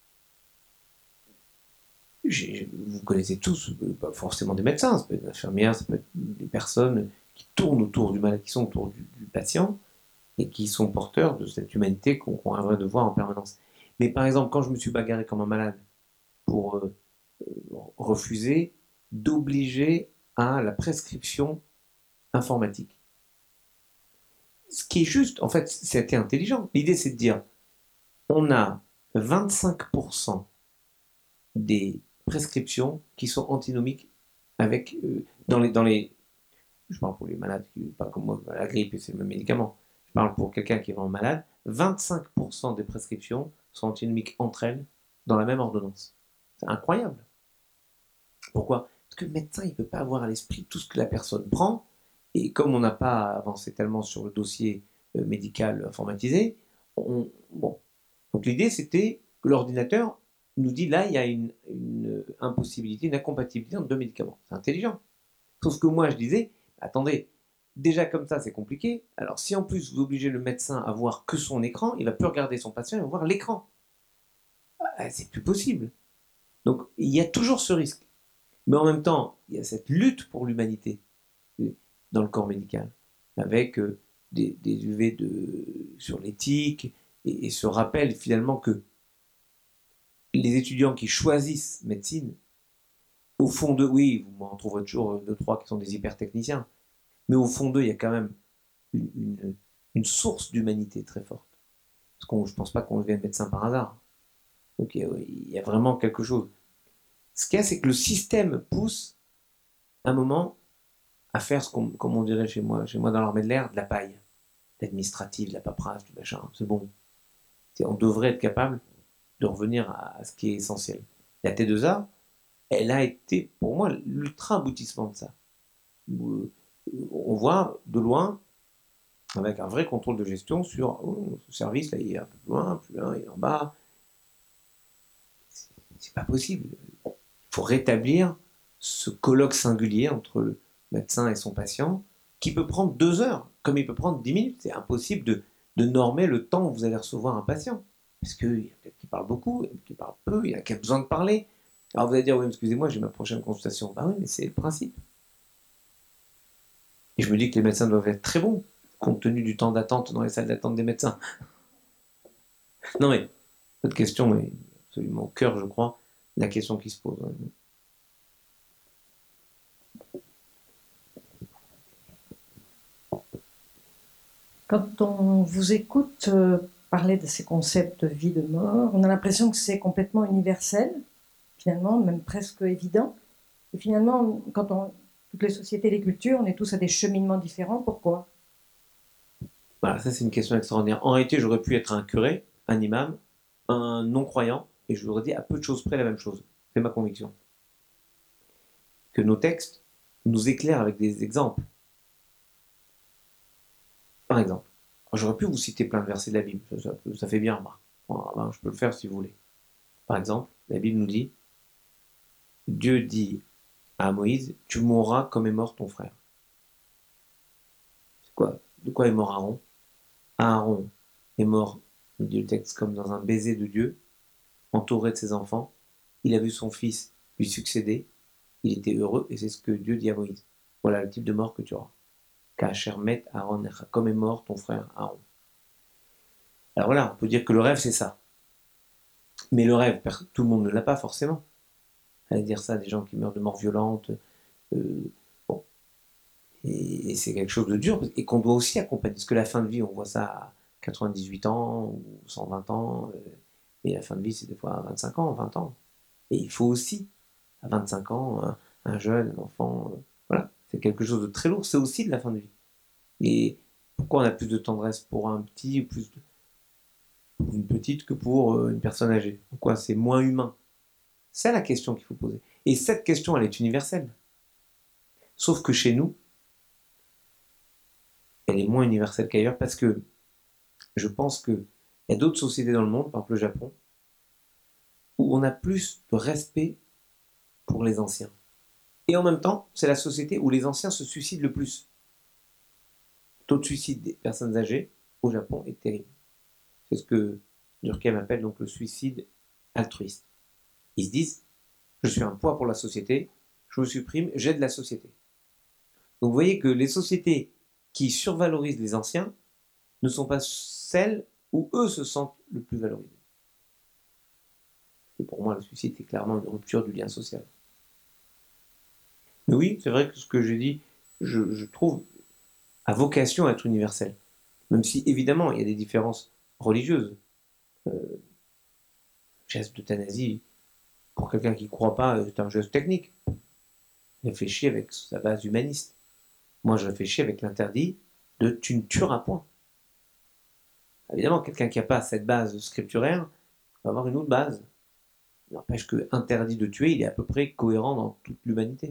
[SPEAKER 2] vous connaissez tous, pas forcément des médecins, ça peut être des infirmières, ça peut être des personnes qui tournent autour du malade, qui sont autour du, du patient et qui sont porteurs de cette humanité qu'on qu rêverait de voir en permanence. Mais par exemple, quand je me suis bagarré comme un malade pour euh, refuser d'obliger à la prescription informatique, ce qui est juste, en fait, c'était intelligent. L'idée, c'est de dire, on a vingt-cinq pour cent des prescriptions qui sont antinomiques avec euh, dans les dans les je parle pour les malades qui pas comme moi la grippe c'est le même médicament, je parle pour quelqu'un qui est vraiment malade, vingt-cinq pour cent des prescriptions sont antinomiques entre elles dans la même ordonnance. C'est incroyable. Pourquoi? Parce que le médecin, il ne peut pas avoir à l'esprit tout ce que la personne prend, et comme on n'a pas avancé tellement sur le dossier euh, médical informatisé, on, bon. Donc l'idée, c'était que l'ordinateur nous dit là, il y a une, une impossibilité, une incompatibilité entre deux médicaments. C'est intelligent. Sauf que moi, je disais, attendez, déjà comme ça, c'est compliqué. Alors si en plus vous obligez le médecin à voir que son écran, il va plus regarder son patient, il va voir l'écran. Ah, c'est plus possible. Donc il y a toujours ce risque. Mais en même temps, il y a cette lutte pour l'humanité dans le corps médical, avec euh, des, des U V de, sur l'éthique, et, et ce rappel finalement que les étudiants qui choisissent médecine, au fond d'eux, oui, vous m'en trouverez toujours deux, trois qui sont des hyper-techniciens, mais au fond d'eux, il y a quand même une, une, une source d'humanité très forte. Parce que je ne pense pas qu'on devienne médecin par hasard. Donc il y a vraiment quelque chose. Ce qu'il y a, c'est que le système pousse, un moment, à faire ce qu'on, comme on dirait chez moi, chez moi dans l'armée de l'air, de la paille, l'administratif, de la paperasse, du machin. C'est bon. C'est, on devrait être capable de revenir à, à ce qui est essentiel. La T deux A, elle a été, pour moi, l'ultra aboutissement de ça. On voit de loin, avec un vrai contrôle de gestion sur oh, ce service, là, il est un peu plus loin, plus loin, il est en bas. C'est, c'est pas possible. Il faut rétablir ce colloque singulier entre le médecin et son patient, qui peut prendre deux heures, comme il peut prendre dix minutes. C'est impossible de, de normer le temps où vous allez recevoir un patient. Parce qu'il y a peut-être qui parle beaucoup, il y a qui parle peu, il y a qui a besoin de parler. Alors vous allez dire, oui, excusez-moi, j'ai ma prochaine consultation. Bah oui, mais c'est le principe. Et je me dis que les médecins doivent être très bons, compte tenu du temps d'attente dans les salles d'attente des médecins. Non mais, votre question est absolument au cœur, je crois, de la question qui se pose.
[SPEAKER 4] Quand on vous écoute euh, parler de ces concepts de vie, de mort, on a l'impression que c'est complètement universel, finalement, même presque évident. Et finalement, quand on, toutes les sociétés, les cultures, on est tous à des cheminements différents. Pourquoi?
[SPEAKER 2] Voilà, ça c'est une question extraordinaire. En réalité, j'aurais pu être un curé, un imam, un non-croyant, et je vous aurais dit à peu de choses près la même chose. C'est ma conviction. Que nos textes nous éclairent avec des exemples. Par exemple, j'aurais pu vous citer plein de versets de la Bible, ça, ça, ça fait bien, remarque. Bon, je peux le faire si vous voulez. Par exemple, la Bible nous dit, Dieu dit à Moïse, tu mourras comme est mort ton frère. C'est quoi? De quoi est mort Aaron? Aaron est mort, nous dit le texte, comme dans un baiser de Dieu, entouré de ses enfants. Il a vu son fils lui succéder, il était heureux, et c'est ce que Dieu dit à Moïse. Voilà le type de mort que tu auras. Kachermet Aaron, comme est mort ton frère Aaron. Alors voilà, on peut dire que le rêve c'est ça. Mais le rêve, tout le monde ne l'a pas forcément. Allez dire ça à des gens qui meurent de mort violente. Euh, bon. Et, et c'est quelque chose de dur et qu'on doit aussi accompagner. Parce que la fin de vie, on voit ça à quatre-vingt-dix-huit ans ou cent vingt ans. Euh, et la fin de vie, c'est des fois à vingt-cinq ans, vingt ans. Et il faut aussi, à vingt-cinq ans, un, un jeune, un enfant. Euh, voilà, c'est quelque chose de très lourd. C'est aussi de la fin de vie. Et pourquoi on a plus de tendresse pour un petit ou plus de, pour une petite que pour une personne âgée? Pourquoi c'est moins humain? C'est la question qu'il faut poser. Et cette question, elle est universelle. Sauf que chez nous, elle est moins universelle qu'ailleurs parce que je pense qu'il y a d'autres sociétés dans le monde, par exemple le Japon, où on a plus de respect pour les anciens. Et en même temps, c'est la société où les anciens se suicident le plus. Le taux de suicide des personnes âgées au Japon est terrible. C'est ce que Durkheim appelle donc le suicide altruiste. Ils se disent, je suis un poids pour la société, je me supprime, j'aide la société. Donc vous voyez que les sociétés qui survalorisent les anciens ne sont pas celles où eux se sentent le plus valorisés. Et pour moi, le suicide est clairement une rupture du lien social. Mais oui, c'est vrai que ce que j'ai dit, je, je trouve, a vocation à être universel. Même si, évidemment, il y a des différences religieuses. Euh, geste d'euthanasie, pour quelqu'un qui ne croit pas, c'est un geste technique. Il réfléchit avec sa base humaniste. Moi, je réfléchis avec l'interdit de tu ne tueras point. Évidemment, quelqu'un qui n'a pas cette base scripturaire va avoir une autre base. N'empêche que interdit de tuer, il est à peu près cohérent dans toute l'humanité.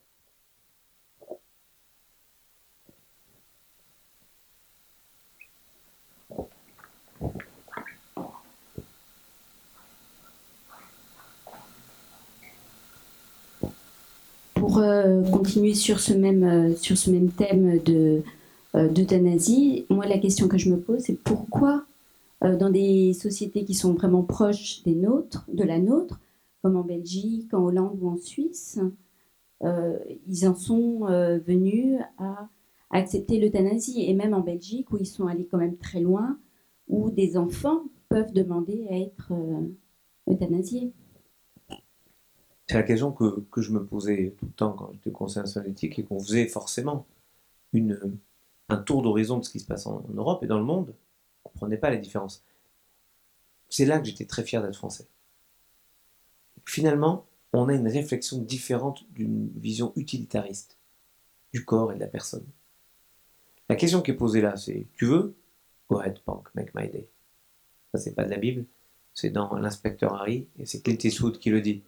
[SPEAKER 5] Pour euh, continuer sur ce même, euh, sur ce même thème de, euh, d'euthanasie, moi la question que je me pose, c'est pourquoi euh, dans des sociétés qui sont vraiment proches des nôtres, de la nôtre, comme en Belgique, en Hollande ou en Suisse, euh, ils en sont euh, venus à, à accepter l'euthanasie. Et même en Belgique, où ils sont allés quand même très loin, où des enfants peuvent demander à être euh, euthanasiés.
[SPEAKER 2] C'est la question que, que je me posais tout le temps quand j'étais conseiller national d'éthique et qu'on faisait forcément une, un tour d'horizon de ce qui se passe en, en Europe et dans le monde. On ne comprenait pas la différence. C'est là que j'étais très fier d'être français. Finalement, on a une réflexion différente d'une vision utilitariste du corps et de la personne. La question qui est posée là, c'est tu veux? Go ahead, punk, make my day. Ça, c'est pas de la Bible, c'est dans l'inspecteur Harry et c'est Clint Eastwood qui le dit.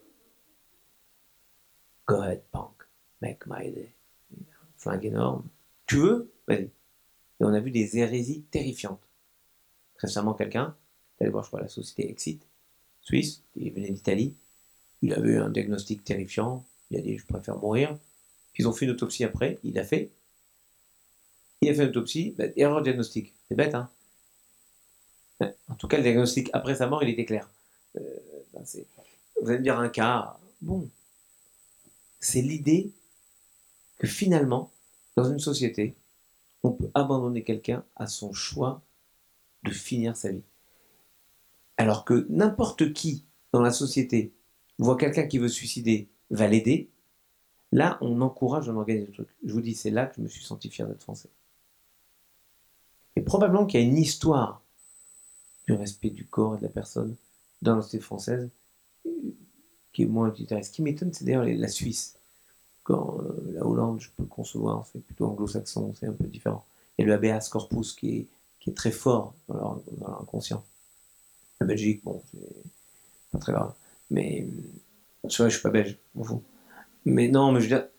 [SPEAKER 2] Go ahead, punk, make my day. Flingue énorme. Tu veux? Vas-y. Et on a vu des hérésies terrifiantes. Récemment, quelqu'un, t'allais voir, je crois, la société Exit, suisse, il venait d'Italie, il avait un diagnostic terrifiant, il a dit je préfère mourir. Puis ils ont fait une autopsie après, il a fait. Il a fait une autopsie, bah, erreur de diagnostic. C'est bête, hein? En tout cas, le diagnostic après sa mort, il était clair. Euh, ben c'est... Vous allez me dire un cas, bon. C'est l'idée que finalement, dans une société, on peut abandonner quelqu'un à son choix de finir sa vie. Alors que n'importe qui dans la société voit quelqu'un qui veut se suicider, va l'aider, là, on encourage, on organise le truc. Je vous dis, c'est là que je me suis senti fier d'être français. Et probablement qu'il y a une histoire du respect du corps et de la personne dans la société française qui est moins utilitariste. Ce qui m'étonne, c'est d'ailleurs la Suisse. Quand euh, la Hollande, je peux concevoir, c'est plutôt anglo-saxon, c'est un peu différent. Il y a le habeas corpus qui est, qui est très fort dans leur, dans leur inconscient. La Belgique, bon, c'est pas très grave. Mais, c'est vrai, je suis pas belge, m'en fous. Mais non, mais je veux dire,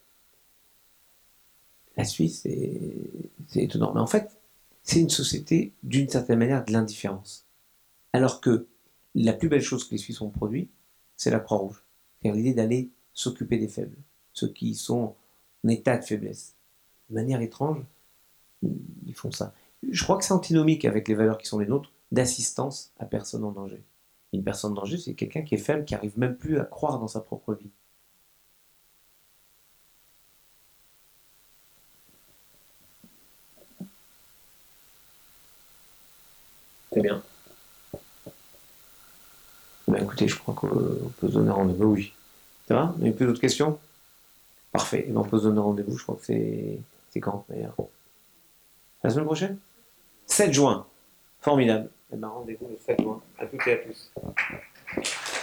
[SPEAKER 2] la Suisse, c'est, c'est étonnant. Mais en fait, c'est une société, d'une certaine manière, de l'indifférence. Alors que la plus belle chose que les Suisses ont produit, c'est la Croix-Rouge. C'est l'idée d'aller s'occuper des faibles, ceux qui sont en état de faiblesse. De manière étrange, ils font ça. Je crois que c'est antinomique avec les valeurs qui sont les nôtres, d'assistance à personne en danger. Une personne en danger, c'est quelqu'un qui est faible, qui n'arrive même plus à croire dans sa propre vie. C'est bien. Ben écoutez, je crois qu'on peut se donner rendez-vous, oui. Ça va? Vous n'avez plus d'autres questions? Parfait. Et ben on peut se donner rendez-vous, je crois que c'est... C'est quand, d'ailleurs? La semaine prochaine? sept juin. Formidable. Et ben rendez-vous le sept juin. À toutes et à tous.